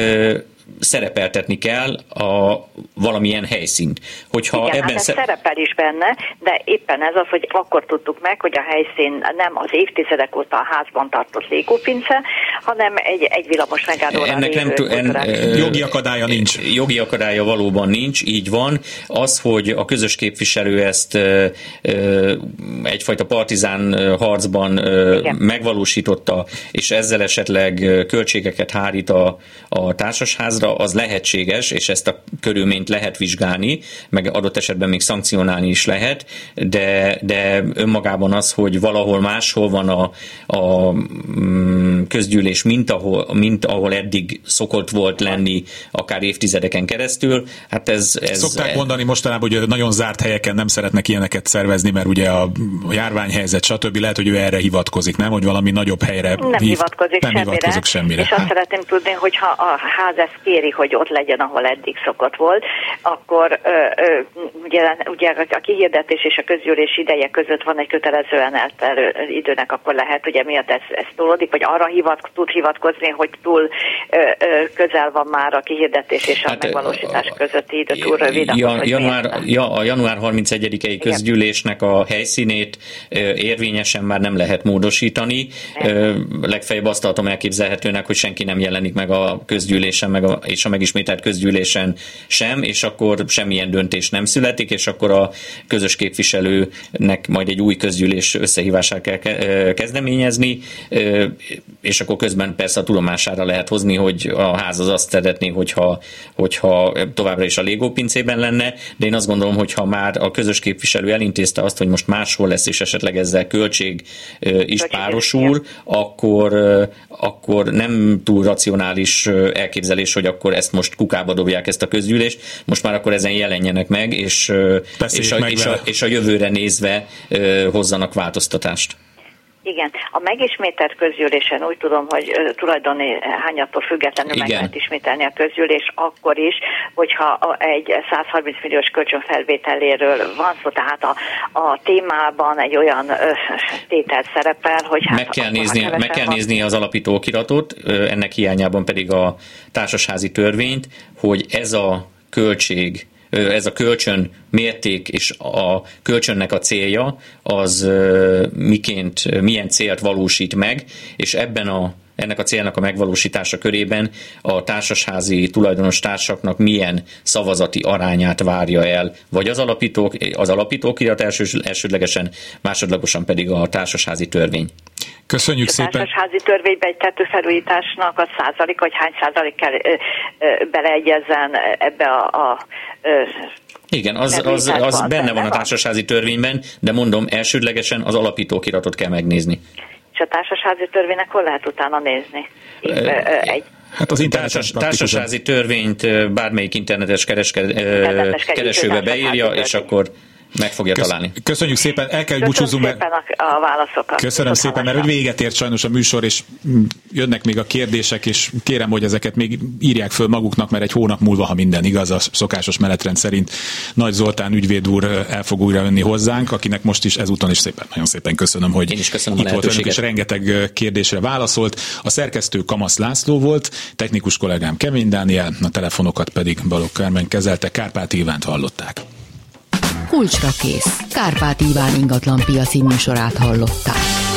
szerepeltetni kell a valamilyen helyszínt. Hogyha igen, ebben hát ez szer- szerepel is benne, de éppen ez az, hogy akkor tudtuk meg, hogy a helyszín nem az évtizedek óta a házban tartott légópince, hanem egy, egy villamos megállóra ennek nem t- en, jogi akadálya nincs. Jogi akadálya valóban nincs, így van. Az, hogy a közös képviselő ezt ö, ö, egyfajta partizán harcban ö, megvalósította, és ezzel esetleg költségeket hárít a, a társasház, az lehetséges, és ezt a körülményt lehet vizsgálni, meg adott esetben még szankcionálni is lehet, de, de önmagában az, hogy valahol máshol van a, a közgyűlés, mint ahol, mint ahol eddig szokott volt lenni, akár évtizedeken keresztül, hát ez... ez Szokták mondani mostanában, hogy nagyon zárt helyeken nem szeretnek ilyeneket szervezni, mert ugye a járványhelyzet, stb. Lehet, hogy ő erre hivatkozik, nem? Hogy valami nagyobb helyre nem hív, hivatkozik nem semmire, hivatkozok semmire. És azt szeretném tudni, hogyha a ház ezt kéri, hogy ott legyen, ahol eddig szokott volt, akkor ö, ö, ugye, ugye a kihirdetés és a közgyűlés ideje között van egy kötelezően eltelő időnek, akkor lehet, ugye miatt ez, ez túlodik, vagy arra hivat, tud hivatkozni, hogy túl ö, ö, közel van már a kihirdetés és a hát, megvalósítás közötti idő túl rövid. Ja, akkor, január, ja, a január harmincegyedikei közgyűlésnek a helyszínét ö, érvényesen már nem lehet módosítani. Ö, legfeljebb azt tartom elképzelhetőnek, hogy senki nem jelenik meg a közgyűlésen, meg a, és a megismételt közgyűlésen sem, és akkor semmilyen döntés nem születik, és akkor a közös képviselőnek majd egy új közgyűlés összehívását kell kezdeményezni, és akkor közben persze a tudomására lehet hozni, hogy a ház az azt szeretné, hogyha, hogyha továbbra is a Lego pincében lenne, de én azt gondolom, hogy ha már a közös képviselő elintézte azt, hogy most máshol lesz, és esetleg ezzel költség is párosul, akkor, akkor nem túl racionális elképzelés, hogy akkor ezt most kukába dobják ezt a közgyűlést, most már akkor ezen jelenjenek meg, és, és, a, és, a, és a jövőre nézve hozzanak változtatást. Igen, a megismételt közgyűlésen úgy tudom, hogy tulajdoni hányattól függetlenül Igen. meg lehet ismételni a közgyűlés akkor is, hogyha egy százharminc milliós kölcsönfelvételéről van szó, tehát a, a témában egy olyan tétel szerepel, hogy hát... Meg kell, nézni, meg kell nézni az alapító okiratot, ennek hiányában pedig a társasházi törvényt, hogy ez a költség, ez a kölcsön mérték és a kölcsönnek a célja az miként, milyen célt valósít meg, és ebben a, ennek a célnak a megvalósítása körében a társasházi tulajdonos társaknak milyen szavazati arányát várja el, vagy az alapítók, az alapítókirat első, elsődlegesen, másodlagosan pedig a társasházi törvény. Köszönjük a szépen. A társasházi törvényben egy tetőfelújításnak a százalék, vagy hány százalék kell ö, ö, beleegyezzen ebbe a, a ö, Igen, az, az, az benne van a társasházi törvényben, de mondom, elsődlegesen az alapítókiratot kell megnézni. És a társasházi törvénynek hol lehet utána nézni? Itt, ö, ö, egy Hát az Társas, társasházi törvényt bármelyik internetes kereske, internetes keresőbe beírja, és akkor meg fogja Kösz, találni. Köszönjük szépen, el kell búcsúzzunk, mert... Köszönöm szépen a, a válaszokat. Köszönöm szépen, mert hogy véget ért sajnos a műsor, és jönnek még a kérdések, és kérem, hogy ezeket még írják föl maguknak, mert egy hónap múlva, ha minden igaz, a szokásos menetrend szerint Nagy Zoltán ügyvéd úr el fog újra jönni hozzánk, akinek most is ezúton is szépen, nagyon szépen köszönöm, hogy Én is köszönöm itt volt velünk, és rengeteg kérdésre válaszolt. A szerkesztő Kamasz László volt, technikus kollégám Kemény Dániel, a telefonokat pedig Balogh Kármen kezelte. Kárpáti Ivánt hallották. Kulcsra kész. Kárpáti Iván ingatlan piaci műsorát hallották.